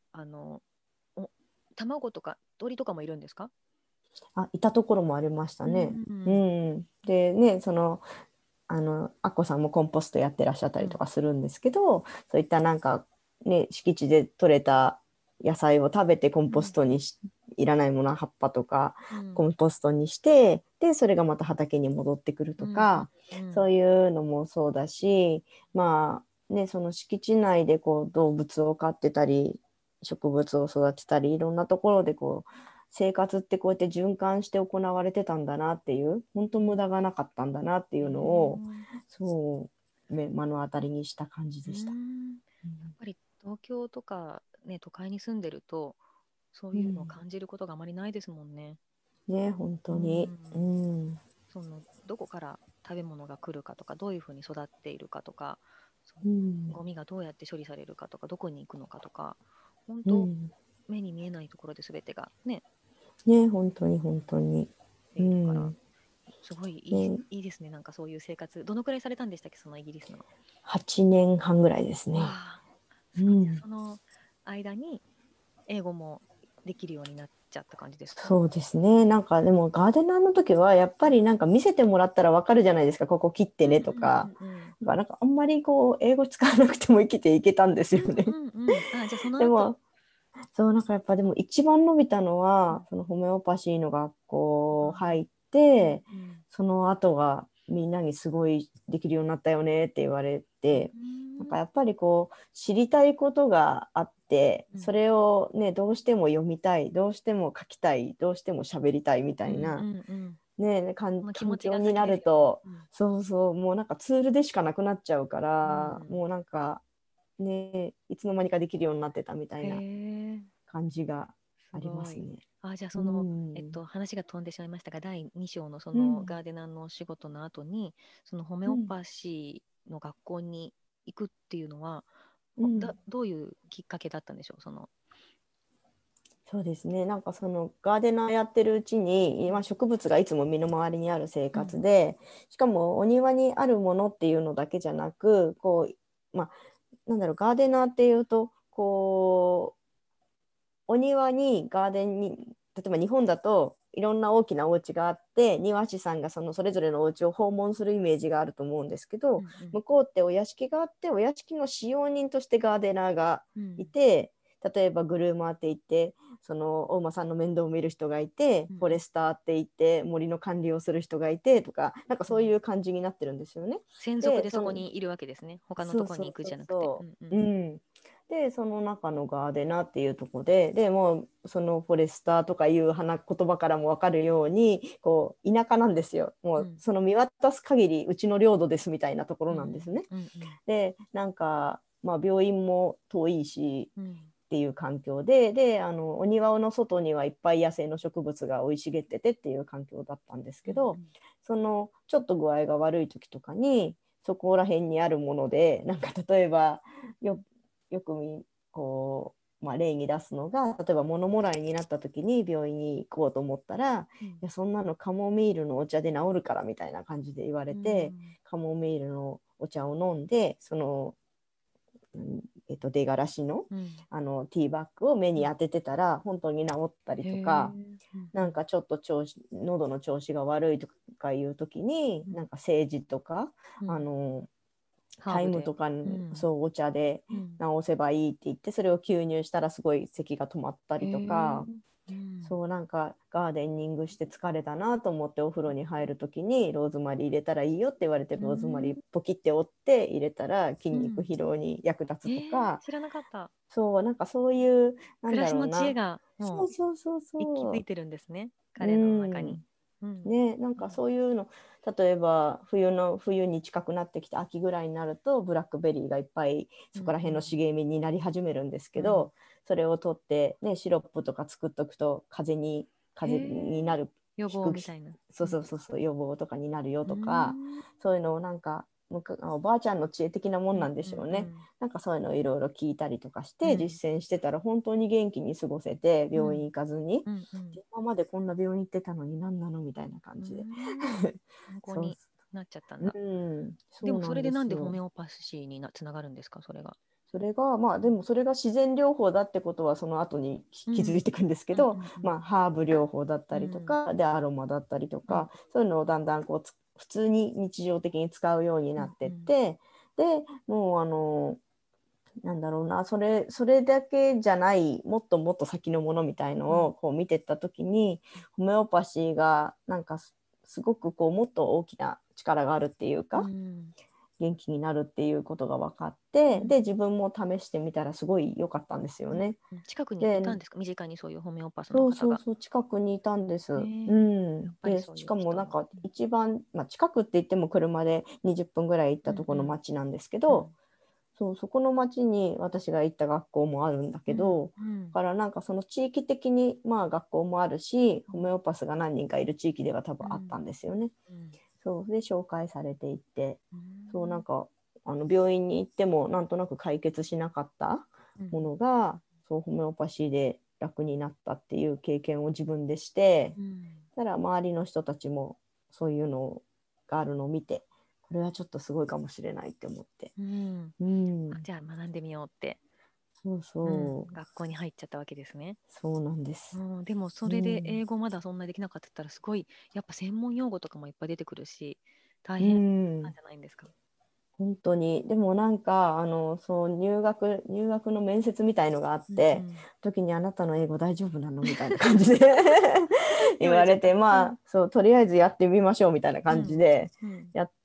卵とか鳥とかもいるんですか？ いたところもありましたね。でね、アッコさんもコンポストやってらっしゃったりとかするんですけど、そういったなんかね、敷地で採れた野菜を食べてコンポストにいらないものは葉っぱとかコンポストにして、でそれがまた畑に戻ってくるとか、そういうのもそうだし、まあね、その敷地内でこう動物を飼ってたり植物を育てたり、いろんなところでこう生活ってこうやって循環して行われてたんだなっていう、本当無駄がなかったんだなっていうのを、そう目の当たりにした感じでした。やっぱり東京とか、ね、都会に住んでるとそういうのを感じることがあまりないですもんね。 ね、本当に。 そのどこから食べ物が来るかとか、どういうふうに育っているかとか、ゴミがどうやって処理されるかとか、どこに行くのかとか、本当、目に見えないところで全てがね。 ね、本当に本当に。 だからすごいいいですね。なんかそういう生活、どのくらいされたんでしたっけ、そのイギリスの。 8年半ぐらいですね。 その間に英語もできるようになっちゃった感じですか？ そうですね。なんかでもガーデナーの時はやっぱりなんか見せてもらったらわかるじゃないですか。ここ切ってねとか。なんかあんまりこう英語使わなくても生きていけたんですよね。 じゃあその後でもそうなんかやっぱでも一番伸びたのはそのホメオパシーの学校入って、その後がみんなにすごいできるようになったよねって言われて、なんかやっぱりこう知りたいことがあって、それをねどうしても読みたい、どうしても書きたい、どうしても喋りたいみたいな、ね、環境になると、そうそうもうなんかツールでしかなくなっちゃうから、もうなんかね、いつの間にかできるようになってたみたいな感じがありますね。 じゃあその、話が飛んでしまいましたが、第2章のそのガーデナーの仕事の後に、そのホメオパシーの学校に行くっていうのは、どういうきっかけだったんでしょう？ そうですね、なんかそのガーデナーやってるうちに今植物がいつも身の回りにある生活で、しかもお庭にあるものっていうのだけじゃなく、こうなんだろう、ガーデナーっていうとこうお庭にガーデンに、例えば日本だといろんな大きなお家があって庭師さんがそれぞれのお家を訪問するイメージがあると思うんですけど、向こうってお屋敷があって、お屋敷の使用人としてガーデナーがいて、例えばグルーマーって言ってそのお馬さんの面倒を見る人がいて、フォレスターって言って森の管理をする人がいてとか、なんかそういう感じになってるんですよね。 専属でそこにいるわけですね。他のところに行くじゃなくて。 でその中のガーデナーっていうところでもうそのフォレスターとかいう言葉からも分かるようにこう田舎なんですよ。もうその見渡す限りうちの領土ですみたいなところなんですね。でなんか、病院も遠いし、っていう環境でお庭の外にはいっぱい野生の植物が生い茂っててっていう環境だったんですけど、そのちょっと具合が悪い時とかにそこら辺にあるもので、なんか例えばよくこう、例に出すのが、例えば物もらいになった時に病院に行こうと思ったら、いやそんなのカモミールのお茶で治るからみたいな感じで言われて、カモミールのお茶を飲んでその出がらしの、ティーバッグを目に当ててたら本当に治ったりとか、なんかちょっと喉の調子が悪いとかいう時に、なんかセージとか、タイムとか、そうお茶で治せばいいって言って、それを吸入したらすごい咳が止まったりとか、そうなんかガーデニングして疲れたなと思ってお風呂に入る時にローズマリー入れたらいいよって言われて、ローズマリーポキって折って入れたら筋肉疲労に役立つとか、 知らなかった。 そうなんかそういう暮らしの知恵がもうそう息づいてるんですね、彼の中に。 ね、なんかそういうの、例えば冬に近くなってきて秋ぐらいになるとブラックベリーがいっぱいそこら辺の茂みになり始めるんですけど、それを取って、ね、シロップとか作っとくと風邪になる予防みたいな。 そう予防とかになるよとか、そういうのをなんかおばあちゃんの知恵的なもんなんでしょうね。なんかそういうのをいろいろ聞いたりとかして実践してたら本当に元気に過ごせて、病院行かずに、今までこんな病院行ってたのに何なのみたいな感じで参考になっちゃったんだ。でもそれでなんでホメオパシーにつながるんですか、それが。 それがまあでもそれが自然療法だってことはその後に気づいていくんですけど、まあハーブ療法だったりとか、でアロマだったりとか、そういうのをだんだんこう普通に日常的に使うようになってって、でもうなんだろうな、それだけじゃないもっともっと先のものみたいのをこう見てった時に、ホメオパシーがなんかすごくこうもっと大きな力があるっていうか、元気になるっていうことが分かって、で自分も試してみたらすごい良かったんですよね。 近くにいたんですか、身近にそういうホメオパスの方が。 そう近くにいたんです。でしかもなんか一番、近くって言っても車で20分ぐらい行ったところの町なんですけど、そこの町に私が行った学校もあるんだけど、だからなんかその地域的に学校もあるし、ホメオパスが何人かいる地域では多分あったんですよね。そうで紹介されていって、なんか病院に行ってもなんとなく解決しなかったものが、ホメオパシーで楽になったっていう経験を自分でして、たら周りの人たちもそういうのがあるのを見て、これはちょっとすごいかもしれないって思って、 じゃあ学んでみようって。学校に入っちゃったわけですね。 そうなんです。 でもそれで英語まだそんなできなかったらすごいやっぱ専門用語とかもいっぱい出てくるし大変なんじゃないんですか。 本当に。でもなんかそう入学の面接みたいのがあって、時にあなたの英語大丈夫なのみたいな感じで言われて、とりあえずやってみましょうみたいな感じでやって、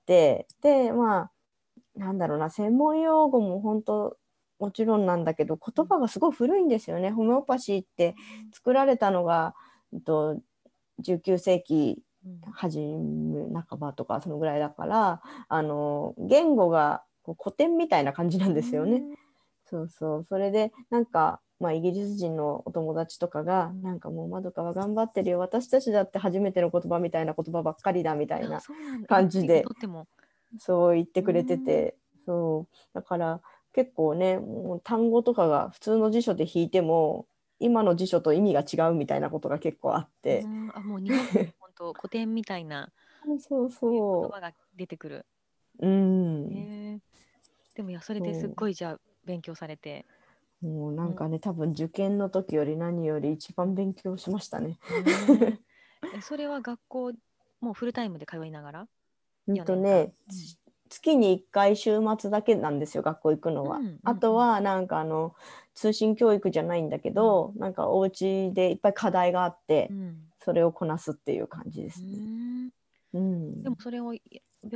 でなんだろうな、専門用語も本当もちろんなんだけど、言葉がすごい古いんですよね。ホメオパシーって作られたのが、19世紀初め半ばとかそのぐらいだから、言語が古典みたいな感じなんですよね。それでなんか、イギリス人のお友達とかがなんかもうまどかは頑張ってるよ、私たちだって初めての言葉みたいな言葉ばっかりだみたいな感じでそう言ってくれてて、だから結構ね、もう単語とかが普通の辞書で引いても今の辞書と意味が違うみたいなことが結構あって、 もう日本の本当古典みたいな言葉が出てくる。でもそれですっごいじゃあ勉強されて、 もうなんかね、多分受験の時より何より一番勉強しましたね。 それは学校もうフルタイムで通いながら月に1回週末だけなんですよ、学校行くのは。あとはなんか通信教育じゃないんだけど、なんかお家でいっぱい課題があって、それをこなすっていう感じですね。 でもそれを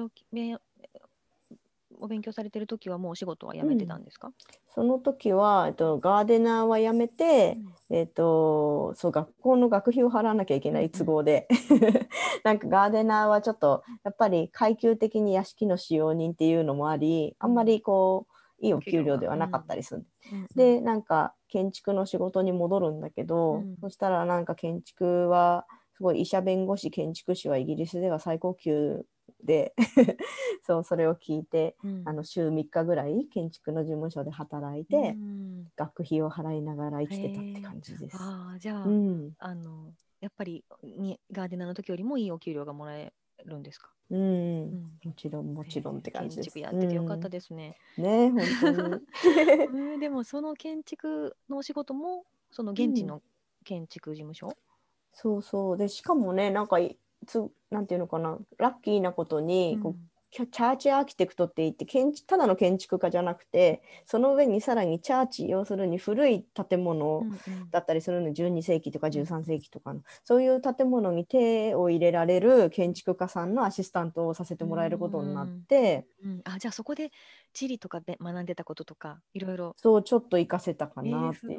お勉強されてる時はもうお仕事は辞めてたんですか？ その時は、ガーデナーは辞めて、そう学校の学費を払わなきゃいけない都合で、なんかガーデナーはちょっとやっぱり階級的に屋敷の使用人っていうのもあり、あんまりこういいお給料ではなかったりする。でなんか建築の仕事に戻るんだけど、そしたらなんか建築はすごい医者弁護士建築士はイギリスでは最高級でそれを聞いて、週3日ぐらい建築の事務所で働いて、学費を払いながら生きてたって感じです。 じゃあ、やっぱりガーデナーの時よりもいいお給料がもらえるんですか？ もちろんって感じです。 建築やっててよかったですね。 ね、本当に。でもその建築のお仕事もその現地の建築事務所？ そうでしかもね、なんかなんていうのかな、ラッキーなことにチャーチアーキテクトって言ってただの建築家じゃなくて、その上にさらにチャーチ、要するに古い建物だったりするの、12世紀とか13世紀とかの、そういう建物に手を入れられる建築家さんのアシスタントをさせてもらえることになって、 じゃあそこで地理とかで学んでたこととかいろいろちょっと活かせたかなっていう、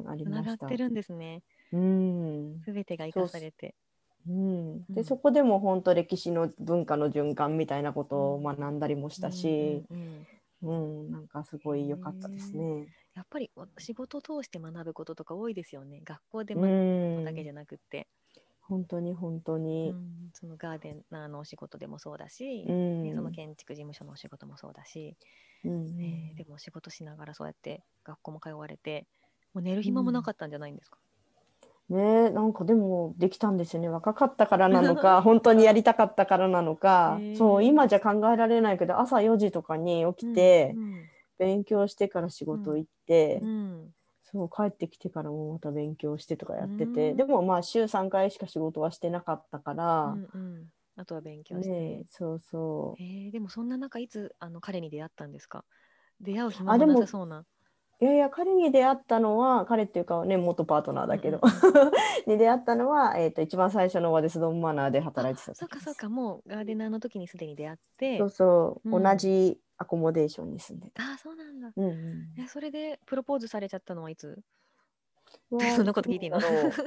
ありました。 つながってるんですね。すべてが生かされて。 でそこでも本当歴史の文化の循環みたいなことを学んだりもしたし、なんかすごい良かったですね。 やっぱり仕事を通して学ぶこととか多いですよね。学校で学ぶことだけじゃなくって。 本当に本当に。 そのガーデナーのお仕事でもそうだし、その建築事務所のお仕事もそうだし、でもお仕事しながらそうやって学校も通われて、もう寝る暇もなかったんじゃないんですか？ ね、なんかでもできたんですよね。若かったからなのか、本当にやりたかったからなのか、そう、今じゃ考えられないけど、朝4時とかに起きて、勉強してから仕事行って、そう、帰ってきてからもまた勉強してとかやってて、でもまあ週3回しか仕事はしてなかったから、 あとは勉強して。 そうそう。 でもそんな中、いつ彼に出会ったんですか？出会う暇もなさそうな。 いやいや、彼に出会ったのは、彼っていうかね、元パートナーだけど、に出会ったのは、一番最初のワデスドンマナーで働いてた時です。 そうか、もうガーデナーの時にすでに出会って、 そうそう、同じアコモデーションに住んでた。 そうなんだ。それでプロポーズされちゃったのはいつ？そんなこと聞いていいの？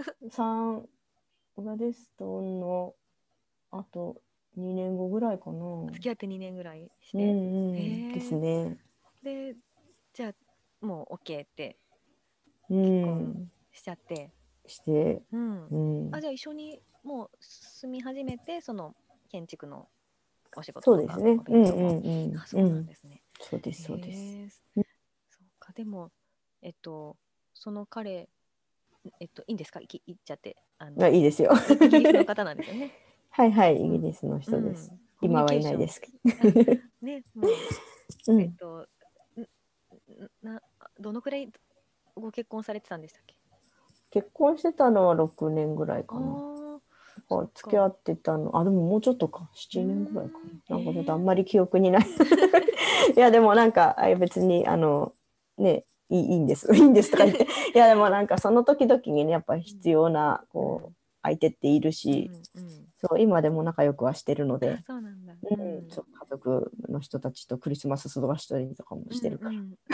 ワデストンのあと2年後ぐらいかな。 付き合って2年ぐらいして。 ですね。 で、じゃあもう OK って結結婚しちゃって。 して、 じゃあ一緒にもう住み始めて、その建築のお仕事とかお勉強も。そうなんですね。 そうです、そうです。 そうか、でも、その彼、いいんですか？言っちゃって。 いいですよ。 イギリスの方なんですよね。 はいはい、イギリスの人です。今はいないですけど。 ね、もう、どのくらいご結婚されてたんでしたっけ？ 結婚してたのは6年ぐらいかな。付き合ってたの、でももうちょっとか、7年ぐらいかな。なんかちょっとあんまり記憶にない。いや、でもなんか、別に、ね、いいんです。いいんですとか言って。いや、でもなんかその時々にね、やっぱ必要な、こう、相手っているし、そう、今でも仲良くはしてるので、 そうなんだ。 家族の人たちとクリスマス過ごしたりとかもしてるから。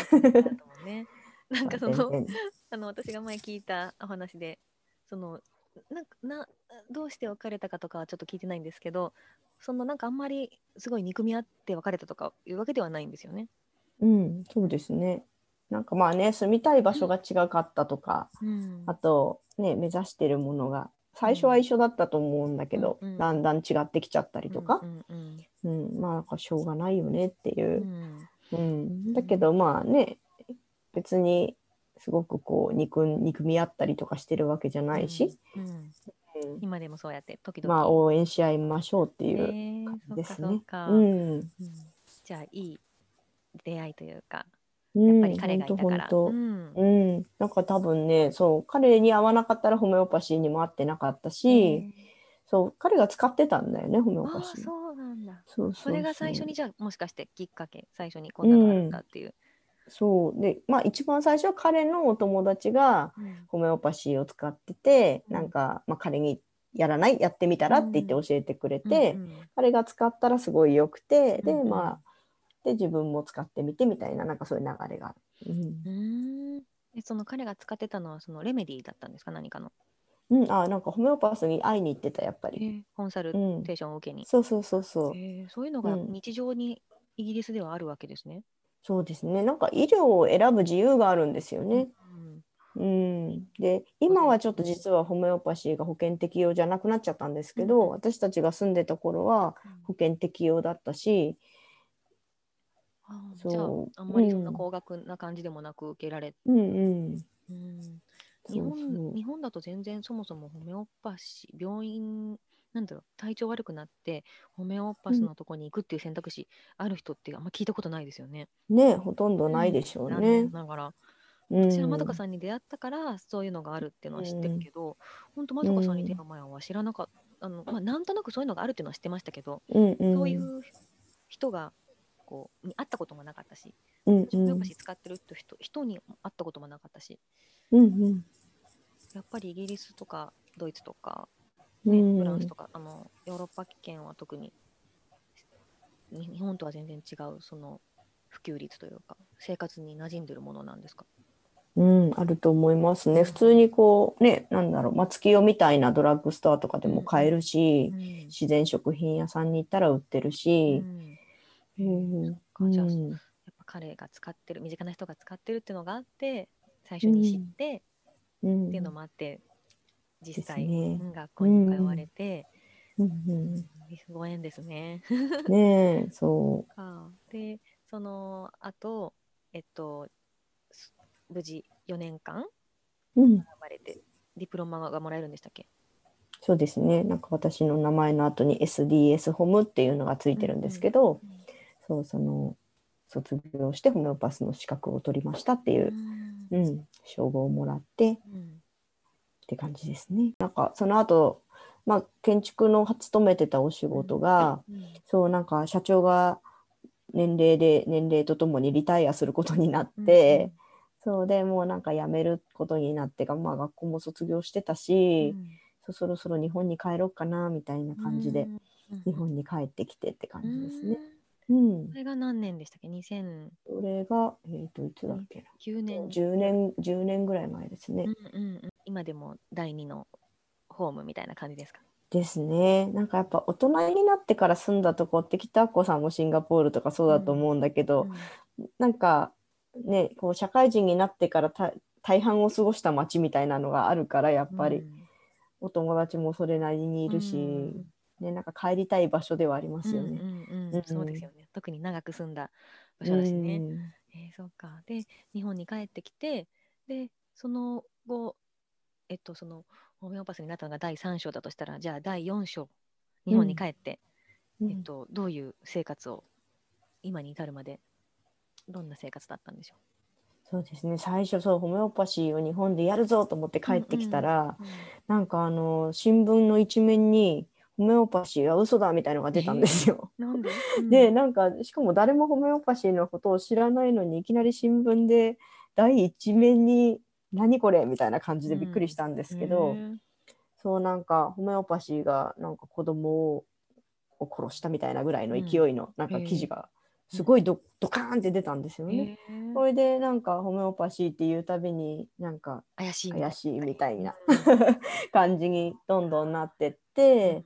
なんかその、私が前聞いたお話で、その、どうして別れたかとかはちょっと聞いてないんですけど、なんかあんまりすごい憎み合って別れたとかいうわけではないんですよね。 そうですね。なんかまあね、住みたい場所が違かったとか、あとね、目指してるものが、最初は一緒だったと思うんだけど、だんだん違ってきちゃったりとか、まあなんかしょうがないよねっていう。だけどまあね、別にすごくこう憎み合ったりとかしてるわけじゃないし、 今でもそうやって時々 まあ応援し合いましょうっていう感じですね。 じゃあいい出会いというか、 やっぱり彼がいたから。 なんか多分ね、そう、彼に会わなかったらホメオパシーにも会ってなかったし、そう、彼が使ってたんだよね、ホメオパシー。 そうなんだ。 それが最初に、じゃあもしかしてきっかけ、最初にこんなのあるんだっていう。 そうで、まあ一番最初は彼のお友達がホメオパシーを使ってて、なんか、まあ、彼にやってみたらって言って教えてくれて、彼が使ったらすごい良くて、でまあで自分も使ってみてみたいな、なんかそういう流れがある。 その彼が使ってたのはそのレメディだったんですか？何かの。 なんかホメオパスに会いに行ってた、やっぱり。 コンサルテーションを受けに。 そう。 そういうのが日常にイギリスではあるわけですね。 そうですね。なんか医療を選ぶ自由があるんですよね。で、今はちょっと実はホメオパシーが保険適用じゃなくなっちゃったんですけど、私たちが住んでた頃は保険適用だったし、 じゃああんまりそんな高額な感じでもなく受けられて。日本だと全然そもそもホメオパシー、病院、なんだろう、体調悪くなってホメオパスのとこに行くっていう選択肢ある人ってあんま聞いたことないですよね。 ね、ほとんどないでしょうね。 ながら。私はまどかさんに出会ったからそういうのがあるっていうのは知ってるけど、本当まどかさんに出会う前は知らなかった。なんとなくそういうのがあるっていうのは知ってましたけど、そういう人がに会ったこともなかったし、ホメオパシー使ってるって人に会ったこともなかったし、やっぱりイギリスとかドイツとか、フランスとかヨーロッパ圏は特に日本とは全然違うその普及率というか生活に馴染んでるものなんですか？ あると思いますね。普通にこうね、なんだろう、松清みたいなドラッグストアとかでも買えるし、自然食品屋さんに行ったら売ってるし。 じゃあやっぱ彼が使ってる、身近な人が使ってるっていうのがあって最初に知って、っていうのもあって実際、 ね、 学校に通われて、 うんご縁ですね。 ねえ、そう。で、その後、無事4年間学ばれて、ディプロマがもらえるんでしたっけ？ そうですね。なんか私の名前の後に SDS ホムっていうのがついてるんですけど、その卒業してホメオパスの資格を取りましたっていう、称号をもらって、って感じですね。なんかその後、建築の勤めてたお仕事が、そうなんか社長が年齢とともにリタイアすることになって、そうでもうなんか辞めることになって学校も卒業してたし、そろそろ日本に帰ろうかなみたいな感じで、日本に帰ってきてって感じですね。 それが何年でしたっけ？2000。 それが、いつだっけな。 9年。 10年ぐらい前ですね。 今でも第2のホームみたいな感じですか？ ですね。なんかやっぱ大人になってから住んだとこって北子さんもシンガポールとかそうだと思うんだけど、なんかね、こう社会人になってから大半を過ごした街みたいなのがあるからやっぱり、お友達もそれなりにいるし、なんか帰りたい場所ではありますよね。 そうですよね。特に長く住んだ場所だしね。そうか。で、日本に帰ってきて、で、その後、そのホメオパスになったのが第3章だとしたら、じゃあ第4章、日本に帰って、どういう生活を今に至るまで、どんな生活だったんでしょう？ そうですね、最初ホメオパシーを日本でやるぞと思って帰ってきたら、なんか新聞の一面にホメオパシーは嘘だみたいのが出たんですよ。 なんで？ でなんかしかも誰もホメオパシーのことを知らないのにいきなり新聞で第一面に何これみたいな感じでびっくりしたんですけど、そうなんかホメオパシーがなんか子供を殺したみたいなぐらいの勢いのなんか記事がすごいドカーンって出たんですよね。それでなんかホメオパシーっていうたびになんか怪しいみたいな感じにどんどんなってって、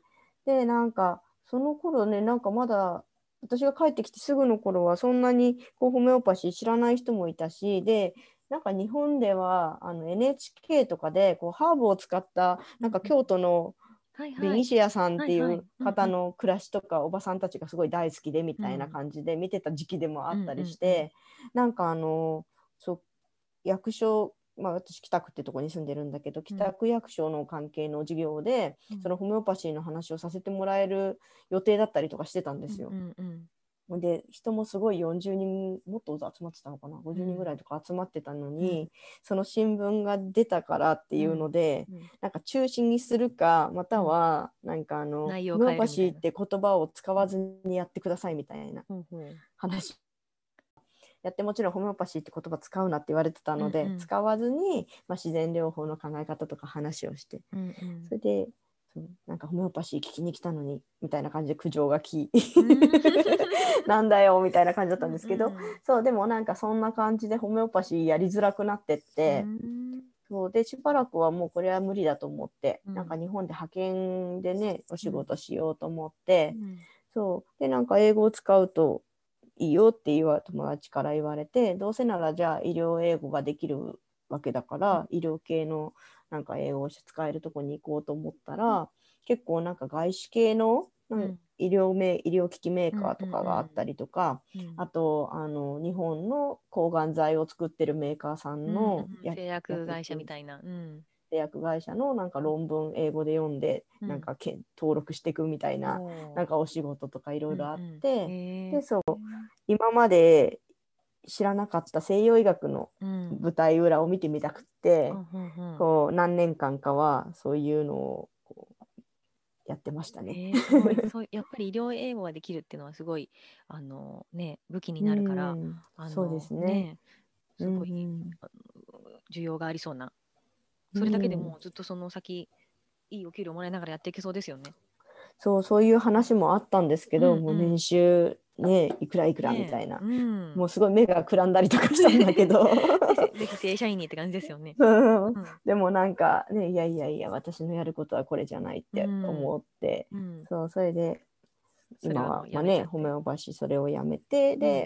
でなんかその頃ね、なんかまだ私が帰ってきてすぐの頃はそんなにこうホメオパシー知らない人もいたし、でなんか日本ではNHK とかでこうハーブを使ったなんか京都のベニシアさんっていう方の暮らしとかおばさんたちがすごい大好きでみたいな感じで見てた時期でもあったりして、なんかそう役所、私北区ってとこに住んでるんだけど、北区役所の関係の授業で、そのホメオパシーの話をさせてもらえる予定だったりとかしてたんですよ。で人もすごい40人もっと集まってたのかな、50人ぐらいとか集まってたのに、その新聞が出たからっていうので、なんか中止にするかまたはなんかホメオパシーって言葉を使わずにやってくださいみたいな話やって、もちろんホメオパシーって言葉使うなって言われてたので、使わずに、自然療法の考え方とか話をして、それでなんかホメオパシー聞きに来たのにみたいな感じで苦情が来なんだよみたいな感じだったんですけど、そうでもなんかそんな感じでホメオパシーやりづらくなってって、そうでしばらくはもうこれは無理だと思って、なんか日本で派遣でねお仕事しようと思って、そうでなんか英語を使うといいよって友達から言われて、どうせならじゃあ医療英語ができるわけだから、医療系のなんか英語を使えるとこに行こうと思ったら、結構なんか外資系の医療機器メーカーとかがあったりとか、あと日本の抗がん剤を作ってるメーカーさんの製薬会社みたいな、 製薬会社のなんか論文英語で読んでなんか登録していくみたいな、なんかお仕事とかいろいろあって、でそう今まで知らなかった西洋医学の舞台裏を見てみたくって、こう何年間かはそういうのをこうやってましたね。 そうやっぱり医療英語ができるっていうのはすごい武器になるから、 そうですね、 すごい、需要がありそうな、それだけでもうずっとその先いいお給料もらいながらやっていけそうですよね。 そういう話もあったんですけど、もう年収ねいくらいくらみたいな、もうすごい目がくらんだりとかしたんだけどぜひ正社員にって感じですよね。 でもなんかね、いや私のやることはこれじゃないって思って、それで今はねホメオパシーそれをやめて、で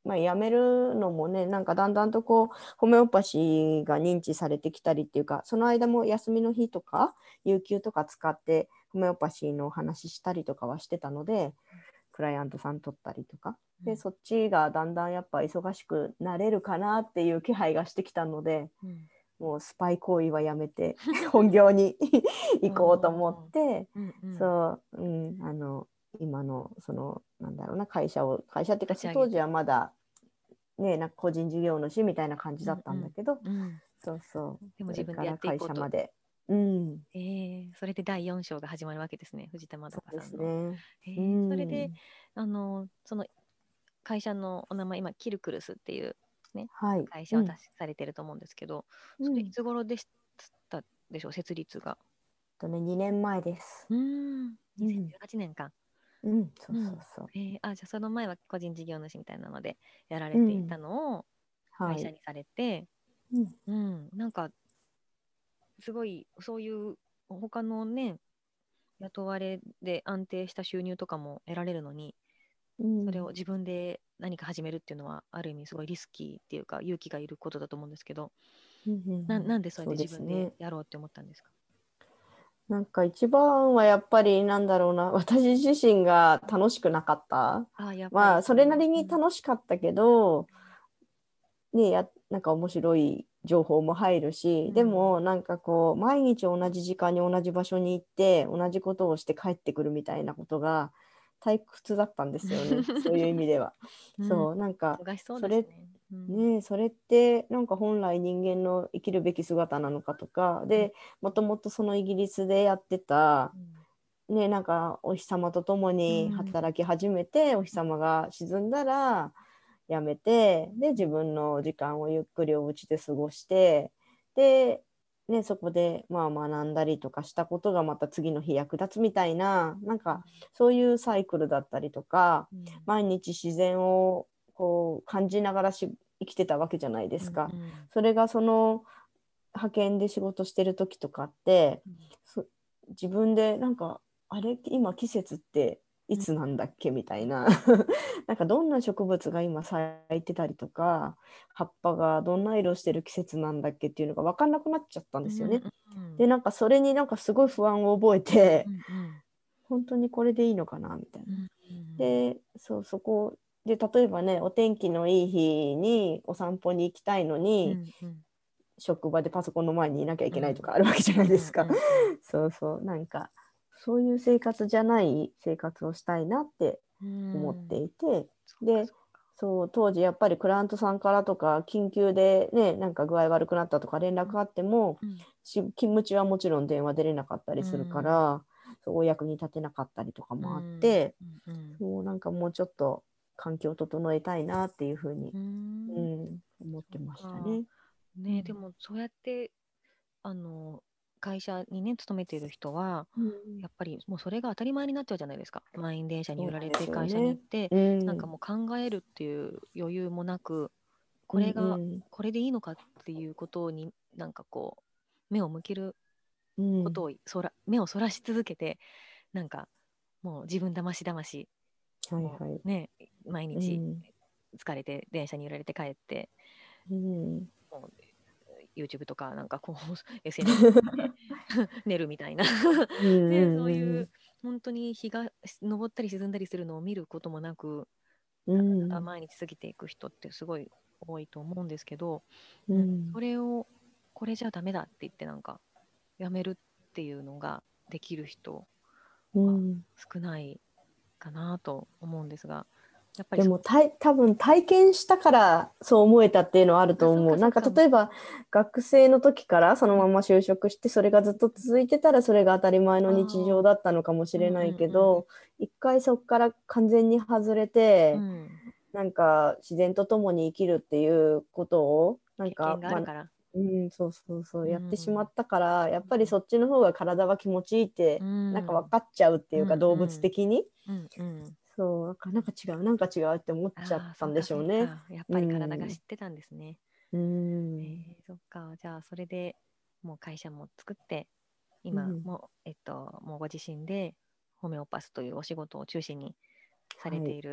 まあ、辞めるのもね、なんかだんだんとこうホメオパシーが認知されてきたりっていうか、その間も休みの日とか有給とか使ってホメオパシーのお話ししたりとかはしてたので、クライアントさん取ったりとかで、そっちがだんだんやっぱ忙しくなれるかなっていう気配がしてきたので、もうスパイ行為はやめて本業に行こうと思って、そう、今のそのなんだろうな、会社っていうか当時はまだね、なんか個人事業主みたいな感じだったんだけど、そうそう、 でも自分それから会でやっていこうと。 社まで。 それで第4章が始まるわけですね、藤田まどかさんの。 そうですね。それでその会社のお名前、今キルクルスっていうね、会社をされてると思うんですけど、それいつ頃でしたでしょう、設立が。 2年前です。 2018年か。 そうそうそう。 じゃあその前は個人事業主みたいなのでやられていたのを会社にされて、なんかすごいそういう他のね、雇われで安定した収入とかも得られるのに、それを自分で何か始めるっていうのはある意味すごいリスキーっていうか勇気がいることだと思うんですけど、なんでそうやって自分でやろうって思ったんですか？ なんか一番はやっぱりなんだろうな、私自身が楽しくなかった。まあそれなりに楽しかったけど、なんか面白い情報も入るし、でもなんかこう毎日同じ時間に同じ場所に行って同じことをして帰ってくるみたいなことが退屈だったんですよね。そういう意味では。そう、なんかそれそれってなんか本来人間の生きるべき姿なのかとかで、もともとそのイギリスでやってた、なんかお日様と共に働き始めて、お日様が沈んだらやめて、で自分の時間をゆっくりお家で過ごして、で、そこでまあ学んだりとかしたことがまた次の日役立つみたいな、なんかそういうサイクルだったりとか、毎日自然をこう感じながら生きてたわけじゃないですか。それがその派遣で仕事してる時とかって、自分でなんかあれ今季節っていつなんだっけみたいななんかどんな植物が今咲いてたりとか、葉っぱがどんな色してる季節なんだっけっていうのが分かんなくなっちゃったんですよね。でなんかそれになんかすごい不安を覚えて、本当にこれでいいのかなみたいな。でそこで例えばね、お天気のいい日にお散歩に行きたいのに、職場でパソコンの前にいなきゃいけないとかあるわけじゃないですか。そうそう、なんかそういう生活じゃない生活をしたいなって思っていて、でそう当時やっぱりクライアントさんからとか緊急でね、なんか具合悪くなったとか連絡あっても、勤務中はもちろん電話出れなかったりするから、お役に立てなかったりとかもあって、そうなんかもうちょっと環境を整えたいなっていうふうに、思ってましたね。 でもそうやって会社にね勤めている人は、やっぱりもうそれが当たり前になっちゃうじゃないですか。満員電車に揺られて会社に行って、なんかもう考えるっていう余裕もなく、これでいいのかっていうことになんかこう目を向けることを目をそらし続けて、なんかもう自分だましね、毎日疲れて電車に揺られて帰って、もうYouTube とかなんかこうSNS で寝るみたいなでそういう本当に日が昇ったり沈んだりするのを見ることもなく、毎日過ぎていく人ってすごい多いと思うんですけど、それをこれじゃダメだって言ってなんかやめるっていうのができる人は少ないかなと思うんですが、やっぱりでも多分体験したからそう思えたっていうのはあると思う。なんか例えば学生の時からそのまま就職してそれがずっと続いてたらそれが当たり前の日常だったのかもしれないけど、一回そこから完全に外れて、なんか自然と共に生きるっていうことをなんか経験があるから、 そうそうそうやってしまったから、やっぱりそっちの方が体は気持ちいいってなんか分かっちゃうっていうか、動物的に。そうなんか違うって思っちゃったんでしょうね。 やっぱり体が知ってたんですね。そっか。じゃあそれでもう会社も作って今ももうご自身でホメオパスというお仕事を中心にされている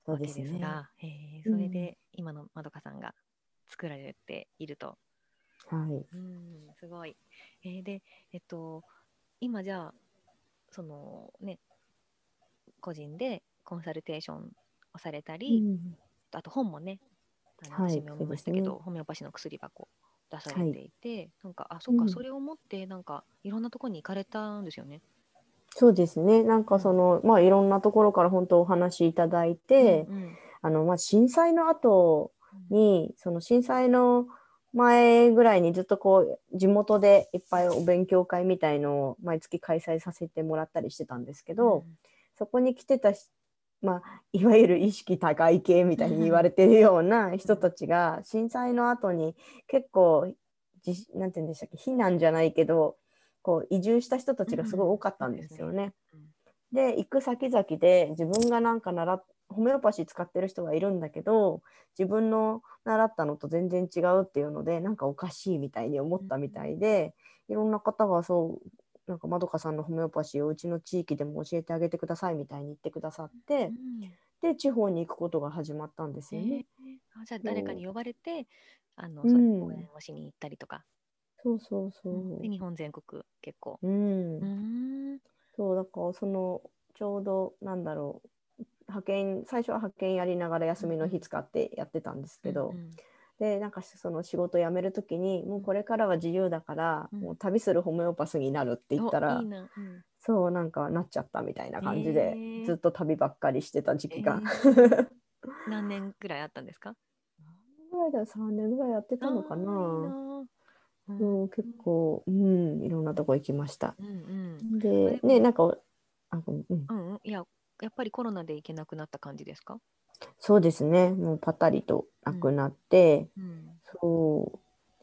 わけですが、それで今のまどかさんが作られていると。 はい。 すごい。で、今じゃあ、そのね、個人でコンサルテーションをされたり、あと本もね、私も読みましたけど、ホメオパシーの薬箱出されていて、なんか、そっか、それを持って、なんか、いろんなところに行かれたんですよね。 そうですね。なんかいろんなところから本当お話いただいて、震災の後に、その震災の前ぐらいにずっと地元でいっぱいお勉強会みたいのを毎月開催させてもらったりしてたんですけど、そこに来てたいわゆる意識高い系みたいに言われてるような人たちが震災の後に結構なんて言うんでしたっけ、避難じゃないけど移住した人たちがすごい多かったんですよね。で、行く先々で自分がなんかホメオパシー使ってる人がいるんだけど、自分の習ったのと全然違うっていうので、なんかおかしいみたいに思ったみたいで、いろんな方がなんかまどかさんのホメオパシーをうちの地域でも教えてあげてくださいみたいに言ってくださって、で、地方に行くことが始まったんですよね。 じゃあ誰かに呼ばれて、そういう講演をしに行ったりとか。 そう。 で、日本全国結構。 そう、だからちょうどなんだろう、最初は派遣やりながら休みの日使ってやってたんですけど、で、なんかその仕事辞めるときに、もうこれからは自由だから、もう旅するホメオパスになるって言ったら、そう、なんかなっちゃったみたいな感じで、ずっと旅ばっかりしてた時期が。 何年ぐらいあったんですか何年ぐらいだよ、3年ぐらいやってたのかな。結構、いろんなとこ行きました。で、ね、なんか、 いや、やっぱりコロナで行けなくなった感じですか？ そうですね、もうパタリとなくなって、そう。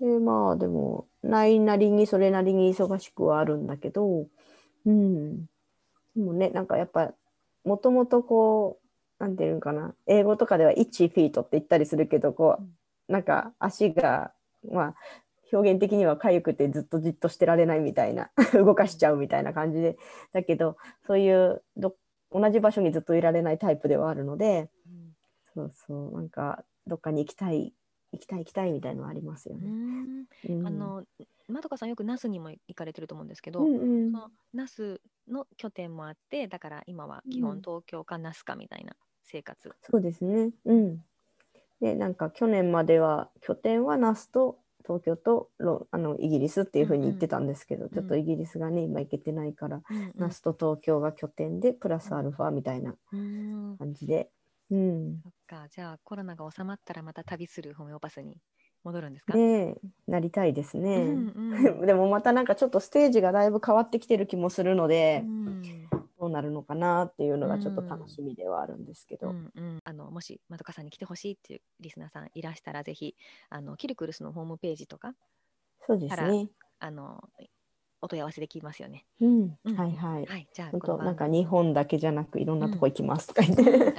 で、でも、ないなりに、それなりに忙しくはあるんだけど、でもね、なんかやっぱ、もともとなんていうのかな、英語とかでは1フィートって言ったりするけど、なんか足が、表現的には痒くてずっとじっとしてられないみたいな動かしちゃうみたいな感じで、だけどそういう同じ場所にずっといられないタイプではあるので、なんかどっかに行きたいみたいのはありますよね。 まどかさんよく那須にも行かれてると思うんですけど、その那須の拠点もあって、だから今は基本東京か那須かみたいな生活。 そうですね。で、なんか去年までは拠点は那須と東京とイギリスっていう風に言ってたんですけど、ちょっとイギリスがね、今行けてないから、那須と東京が拠点でプラスアルファみたいな感じで。そっか、じゃあコロナが収まったらまた旅するホメオパスに戻るんですか？ ね、なりたいですね。でもまたなんかちょっとステージがだいぶ変わってきてる気もするので、どうなるのかなっていうのがちょっと楽しみではあるんですけど。 もしまどかさんに来てほしいっていうリスナーさんいらしたら、ぜひキルクルスのホームページとかからお問い合わせできますよね。 はいはい。 はい、じゃあ本当なんか日本だけじゃなくいろんなとこ行きますとか言って。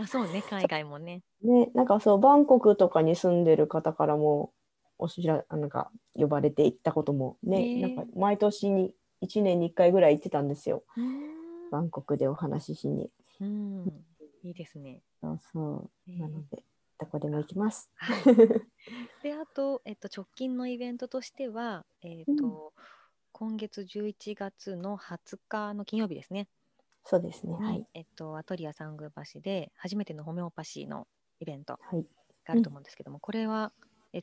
そうね、海外もね。 ね、なんかバンコクとかに住んでる方からもなんか呼ばれて行ったこともね、なんか毎年に1年に1回ぐらい行ってたんですよ。バンコクでお話ししに。 いいですね。 そう。なので、どこでも行きます。 で、あと、直近のイベントとしては、今月11月の20日の金曜日ですね。 そうですね。はい。 アトリアサング橋で初めてのホメオパシーのイベントがあると思うんですけども、これは、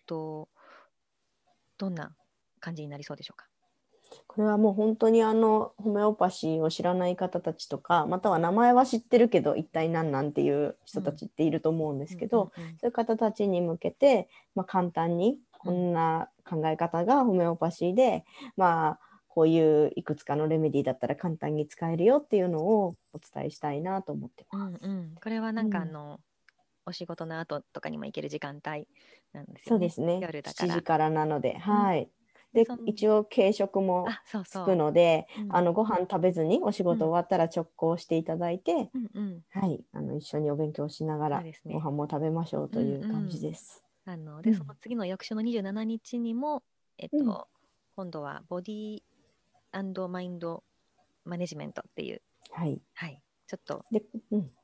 どんな感じになりそうでしょうか？ これはもう本当にホメオパシーを知らない方たちとか、または名前は知ってるけど一体何なんていう人たちっていると思うんですけど、そういう方たちに向けて、簡単にこんな考え方がホメオパシーで、こういういくつかのレメディーだったら簡単に使えるよっていうのをお伝えしたいなと思ってます。 これはなんかお仕事の後とかにも行ける時間帯なんですよね。 そうですね。 夜だから。 7時からなので、はい。で、一応軽食もつくので、ご飯食べずにお仕事終わったら直行していただいて、はい、一緒にお勉強しながらご飯も食べましょうという感じです。 で、その次の翌週の27日にも、今度はボディマインドマネジメントっていう、 はい、 ちょっと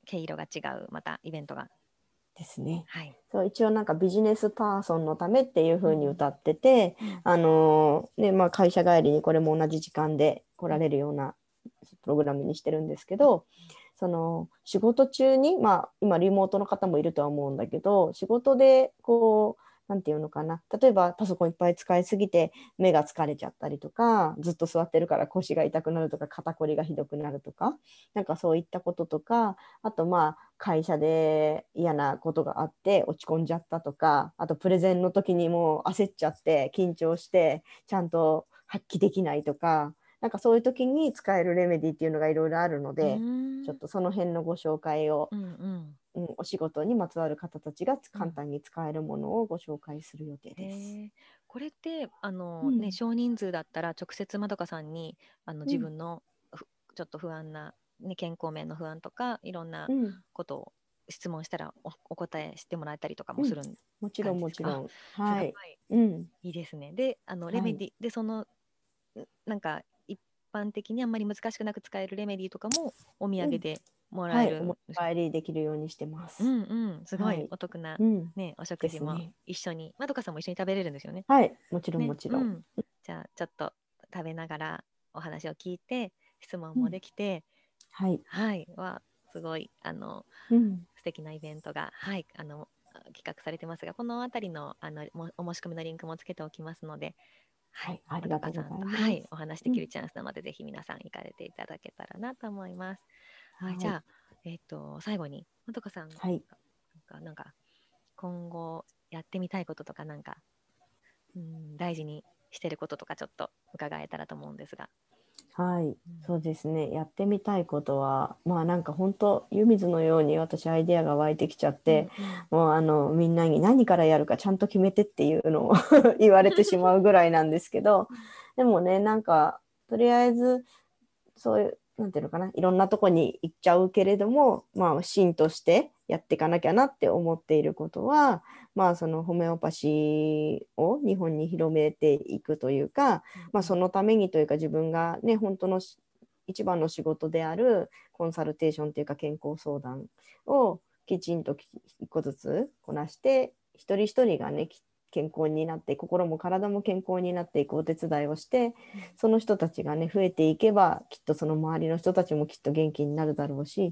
毛色が違うまたイベントがですね。 はい、 そう一応なんかビジネスパーソンのためっていう風に歌ってて、会社帰りにこれも同じ時間で来られるようなプログラムにしてるんですけど、その仕事中に、今リモートの方もいるとは思うんだけど、仕事でこうなんていうのかな、例えばパソコンいっぱい使いすぎて目が疲れちゃったりとか、ずっと座ってるから腰が痛くなるとか、肩こりがひどくなるとか、なんかそういったこととか、あと会社で嫌なことがあって落ち込んじゃったとか、あとプレゼンの時にもう焦っちゃって緊張してちゃんと発揮できないとか、なんかそういう時に使えるレメディっていうのがいろいろあるので、ちょっとその辺のご紹介を、お仕事にまつわる方たちが簡単に使えるものをご紹介する予定です。 これって少人数だったら直接まどかさんに自分のちょっと不安な、健康面の不安とかいろんなことを質問したらお答えしてもらえたりとかもするんですか？ もちろんもちろん。 はい。すごいいいですね。でレメディでなんか一般的にあんまり難しくなく使えるレメディとかもお土産でもらえる、 お持ち帰りできるようにしてます。 すごいお得な、お食事も一緒に、まどかさんも一緒に食べれるんですよね。 はい、もちろんもちろん。 じゃあちょっと食べながらお話を聞いて質問もできて、はいすごい素敵なイベントが企画されてますが、このあたりのお申し込みのリンクもつけておきますので、 ありがとうございます。 お話できるチャンスなので、ぜひ皆さん行かれていただけたらなと思います。じゃあ、最後にまどかさん、なんか今後やってみたいこととか大事にしてることとかちょっと伺えたらと思うんですが。 はい、そうですね。やってみたいことは、なんか本当湯水のように私アイデアが湧いてきちゃって、もうみんなに何からやるかちゃんと決めてっていうのを言われてしまうぐらいなんですけど、でもね、なんかとりあえずそういうなんていうのかな、いろんなとこに行っちゃうけれども、芯としてやっていかなきゃなって思っていることは、そのホメオパシーを日本に広めていくというか、そのためにというか、自分がね本当の一番の仕事であるコンサルテーションというか健康相談をきちんと一個ずつこなして、一人一人がね健康になって、心も体も健康になっていくお手伝いをして、その人たちがね増えていけば、きっとその周りの人たちもきっと元気になるだろうし、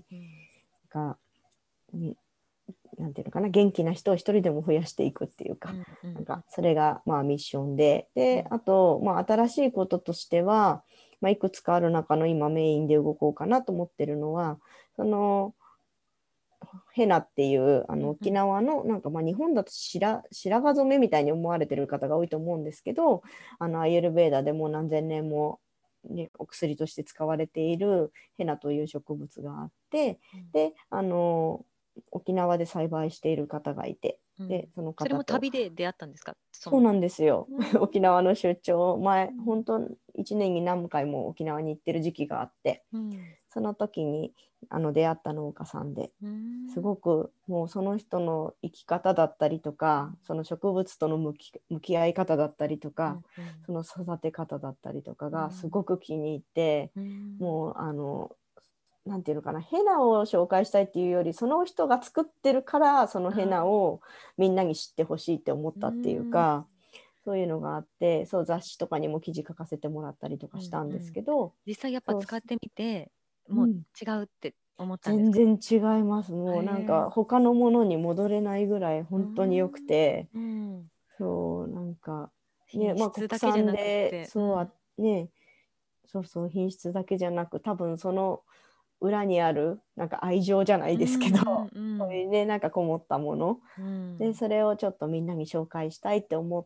なんていうのかな、元気な人を一人でも増やしていくっていうか、なんかそれがミッションで、あと、新しいこととしては、いくつかある中の今メインで動こうかなと思ってるのは、そのヘナっていう沖縄のなんか日本だと白髪染めみたいに思われてる方が多いと思うんですけど、アイユルベーダでも何千年も、ね、お薬として使われているヘナという植物があって、で沖縄で栽培している方がいて、でその方とそれも旅で出会ったんですか？ そうなんですよ。沖縄の出張前、本当1年に何回も沖縄に行ってる時期があって、その時に出会った農家さんで、すごくもうその人の生き方だったりとか、その植物との向き合い方だったりとか、その育て方だったりとかがすごく気に入って、もうなんていうのかな、ヘナを紹介したいっていうより、その人が作ってるからそのヘナをみんなに知ってほしいって思ったっていうか、そういうのがあって、そう雑誌とかにも記事書かせてもらったりとかしたんですけど、 実際やっぱ使ってみてもう違うって思ったんですか？ 全然違います。もうなんか他のものに戻れないぐらい本当に良くて、そうなんかね、国産でそうね、そう品質だけじゃなく、多分その裏にあるなんか愛情じゃないですけど、そういうねなんかこもったもの、でそれをちょっとみんなに紹介したいって思って、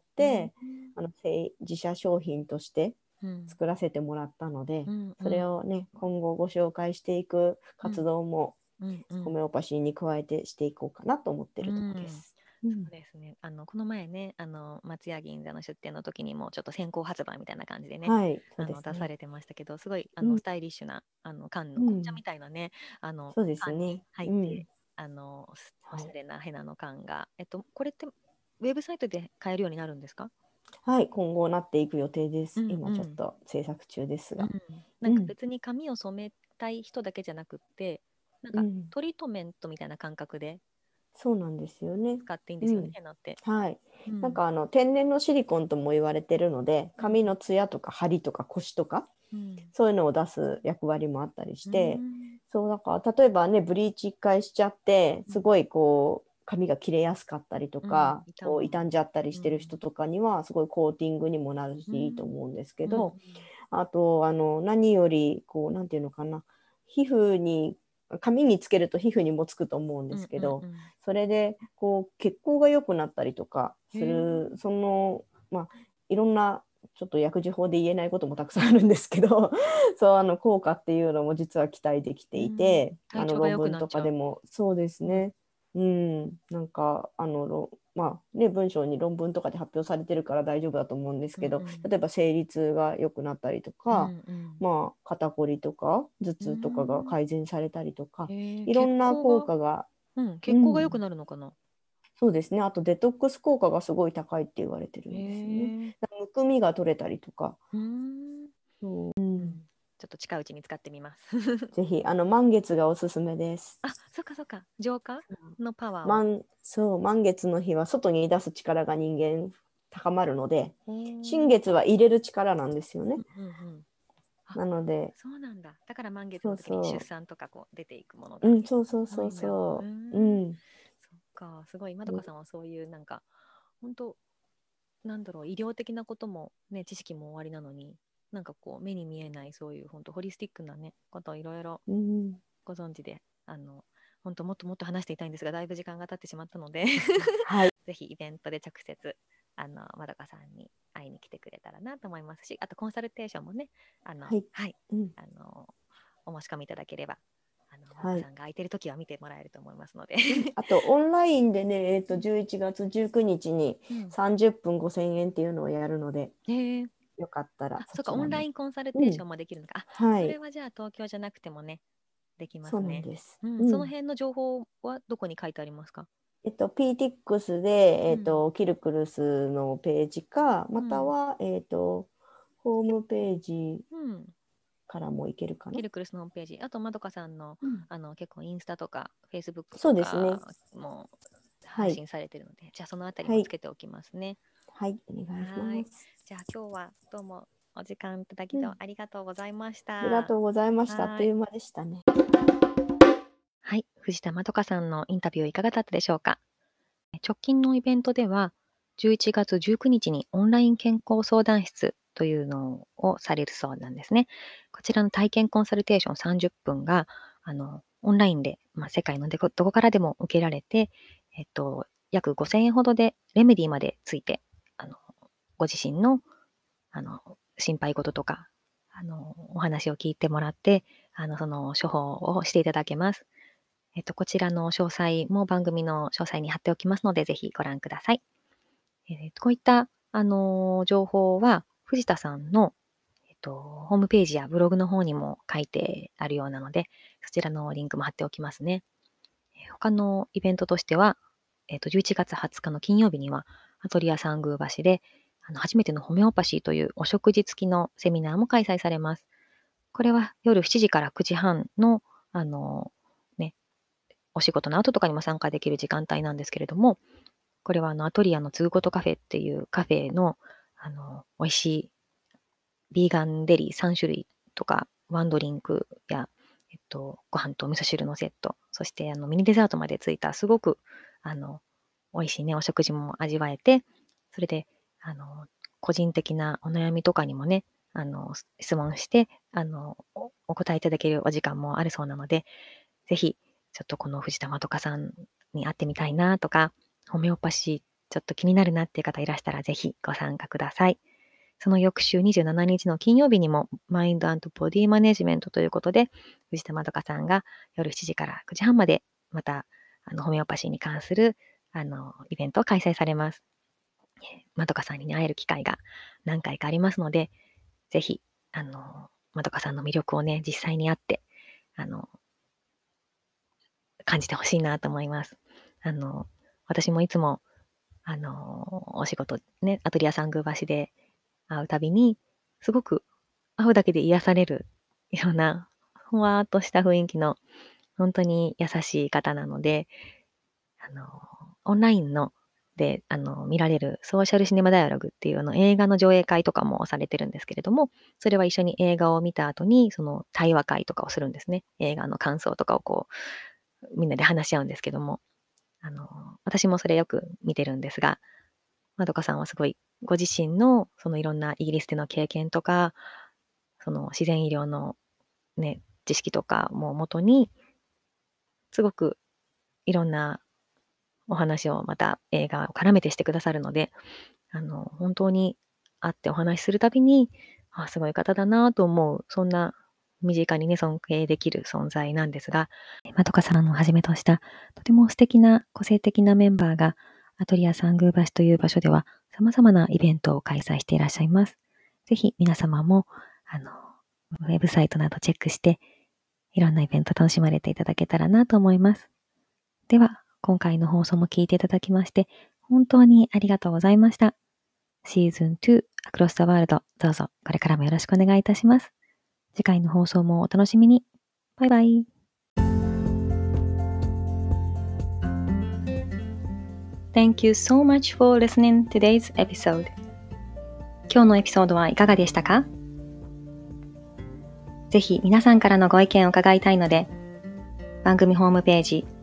自社商品として作らせてもらったので、それをね今後ご紹介していく活動もホメオパシーに加えてしていこうかなと思ってるところです。 そうですね。この前ね、松屋銀座の出店の時にもちょっと先行発売みたいな感じでね、出されてましたけど、すごいスタイリッシュな缶の紅茶みたいなね、 そうです缶にね。 入っておしゃれなヘナの缶が、これってウェブサイトで買えるようになるんですか？ はい、今後なっていく予定です。今ちょっと制作中ですが。 なんか別に髪を染めたい人だけじゃなくって、 なんかトリートメントみたいな感覚でそうなんですよね。 使っていいんですよね、ヘナって。 はい。なんか天然のシリコンとも言われてるので、髪のツヤとか張りとかコシとか、そういうのを出す役割もあったりして、そうだから例えばね、ブリーチ1回しちゃってすごいこう髪が切れやすかったりとか、こう傷んじゃったりしてる人とかにはすごいコーティングにもなるしいいと思うんですけど、あと何よりこうなんていうのかな、髪につけると皮膚にもつくと思うんですけど、それでこう血行が良くなったりとかする、いろんなちょっと薬事法で言えないこともたくさんあるんですけどそう効果っていうのも実は期待できていて、論文とかでもそうですね、なんか文章に論文とかで発表されてるから大丈夫だと思うんですけど、例えば生理痛が良くなったりとか、肩こりとか頭痛とかが改善されたりとか、いろんな効果が、 血行が良くなるのかな。 そうですね。あとデトックス効果がすごい高いって言われてるんですよね。むくみが取れたりとか。 ちょっと近いうちに使ってみます。 ぜひ満月がおすすめです。 あ、そっかそっか。浄化のパワーを。 そう、満月の日は外に出す力が人間高まるので、新月は入れる力なんですよね。なので、 そうなんだ。だから満月の時に出産とかこう出ていくものが。 そうそうそうそう。 そっか、すごい。まどかさんはそういうなんか本当なんだろう、医療的なこともね、知識もおありなのに、なんかこう目に見えないそういう本当ホリスティックなねことをいろいろご存知で、本当もっともっと話していたいんですが、だいぶ時間が経ってしまったのでぜひイベントで直接まどかさんに会いに来てくれたらなと思いますし、あとコンサルテーションもね、お申し込みいただければまどかさんが空いてる時は見てもらえると思いますのであとオンラインでね、11月19日に30分5000円っていうのをやるので、よかったらそうか、オンラインコンサルテーションもできるのか。それはじゃあ東京じゃなくてもね、できますね。 そうなんです。 その辺の情報はどこに書いてありますか ？PTX で、キルクルスのページか、または、ホームページからもいけるかな。 キルクルスのホームページ、あとまどかさんの、結構インスタとかフェイスブックそとうですねかも発信されてるので、じゃあそのあたりもつけておきますね。 はい、お願いします。 じゃあ今日はどうもお時間いただきありがとうございました。 ありがとうございました。あっという間でしたね。 はい、藤田まどかさんのインタビューいかがだったでしょうか。直近のイベントでは、11月19日にオンライン健康相談室というのをされるそうなんですね。こちらの体験コンサルテーション30分が、オンラインで、世界のどこからでも受けられて、約5000円ほどでレメディまでついて、ご自身の、心配事とか、お話を聞いてもらって、その処方をしていただけます。こちらの詳細も番組の詳細に貼っておきますので、ぜひご覧ください。こういった、情報は、藤田さんの、ホームページやブログの方にも書いてあるようなので、そちらのリンクも貼っておきますね。他のイベントとしては、11月20日の金曜日には、アトリア三宮橋で、初めてのホメオパシーというお食事付きのセミナーも開催されます。これは夜7時から9時半の、お仕事の後とかにも参加できる時間帯なんですけれども、これはアトリアのつぐことカフェっていうカフェの、美味しいビーガンデリー3種類とか、ワンドリンクや、ご飯と味噌汁のセット、そしてミニデザートまでついたすごく、美味しいね、お食事も味わえて、それで、個人的なお悩みとかにもね、質問して、お答えいただけるお時間もあるそうなので、ぜひ、ちょっとこの藤田まどかさんに会ってみたいなとか、ホメオパシーちょっと気になるなっていう方いらしたらぜひご参加ください。その翌週27日の金曜日にもマインド&ボディマネジメントということで、藤田まどかさんが夜7時から9時半までまたホメオパシーに関するイベントを開催されます。まどかさんに会える機会が何回かありますので、ぜひまどかさんの魅力をね、実際に会って感じてほしいなと思います。私もいつも、お仕事ね、アトリア三宮橋で会うたびに、すごく会うだけで癒されるような、ふわーっとした雰囲気の本当に優しい方なので、オンラインで見られるソーシャルシネマダイアログっていう映画の上映会とかもされてるんですけれども、それは一緒に映画を見た後にその対話会とかをするんですね。映画の感想とかをみんなで話し合うんですけども、私もそれよく見てるんですが、まどかさんはすごいご自身のそのいろんなイギリスでの経験とか、その自然医療のね、知識とかも元に、すごくいろんなお話をまた映画を絡めてしてくださるので、本当に会ってお話しするたびに、すごい方だなと思う、そんな身近にね、尊敬できる存在なんですが、まどかさんをはじめとした、とても素敵な個性的なメンバーが、アトリア三宮橋という場所では、様々なイベントを開催していらっしゃいます。ぜひ皆様も、ウェブサイトなどチェックして、いろんなイベント楽しまれていただけたらなと思います。では、今回の放送も聞いていただきまして、本当にありがとうございました。シーズン2 Across the World どうぞこれからもよろしくお願いいたします。次回の放送もお楽しみに。バイバイ。Thank you so much for listening today's episode. 今日のエピソードはいかがでしたか？ぜひ皆さんからのご意見を伺いたいので、番組ホームページ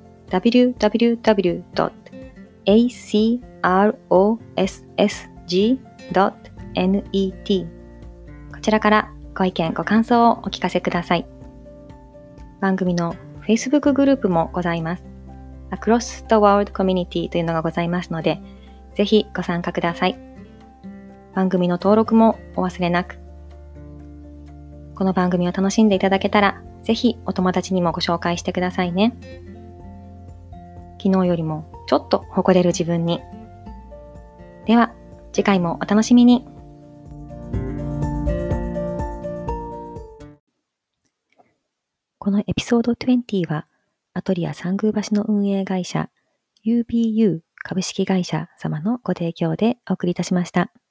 www.acrossg.net こちらからご意見ご感想をお聞かせください。番組の Facebook グループもございます。Across the World Community というのがございますので、ぜひご参加ください。番組の登録もお忘れなく。この番組を楽しんでいただけたら、ぜひお友達にもご紹介してくださいね。昨日よりもちょっと誇れる自分に。では、次回もお楽しみに。このエピソード20は、アトリア三宮橋の運営会社 UBU 株式会社様のご提供でお送りいたしました。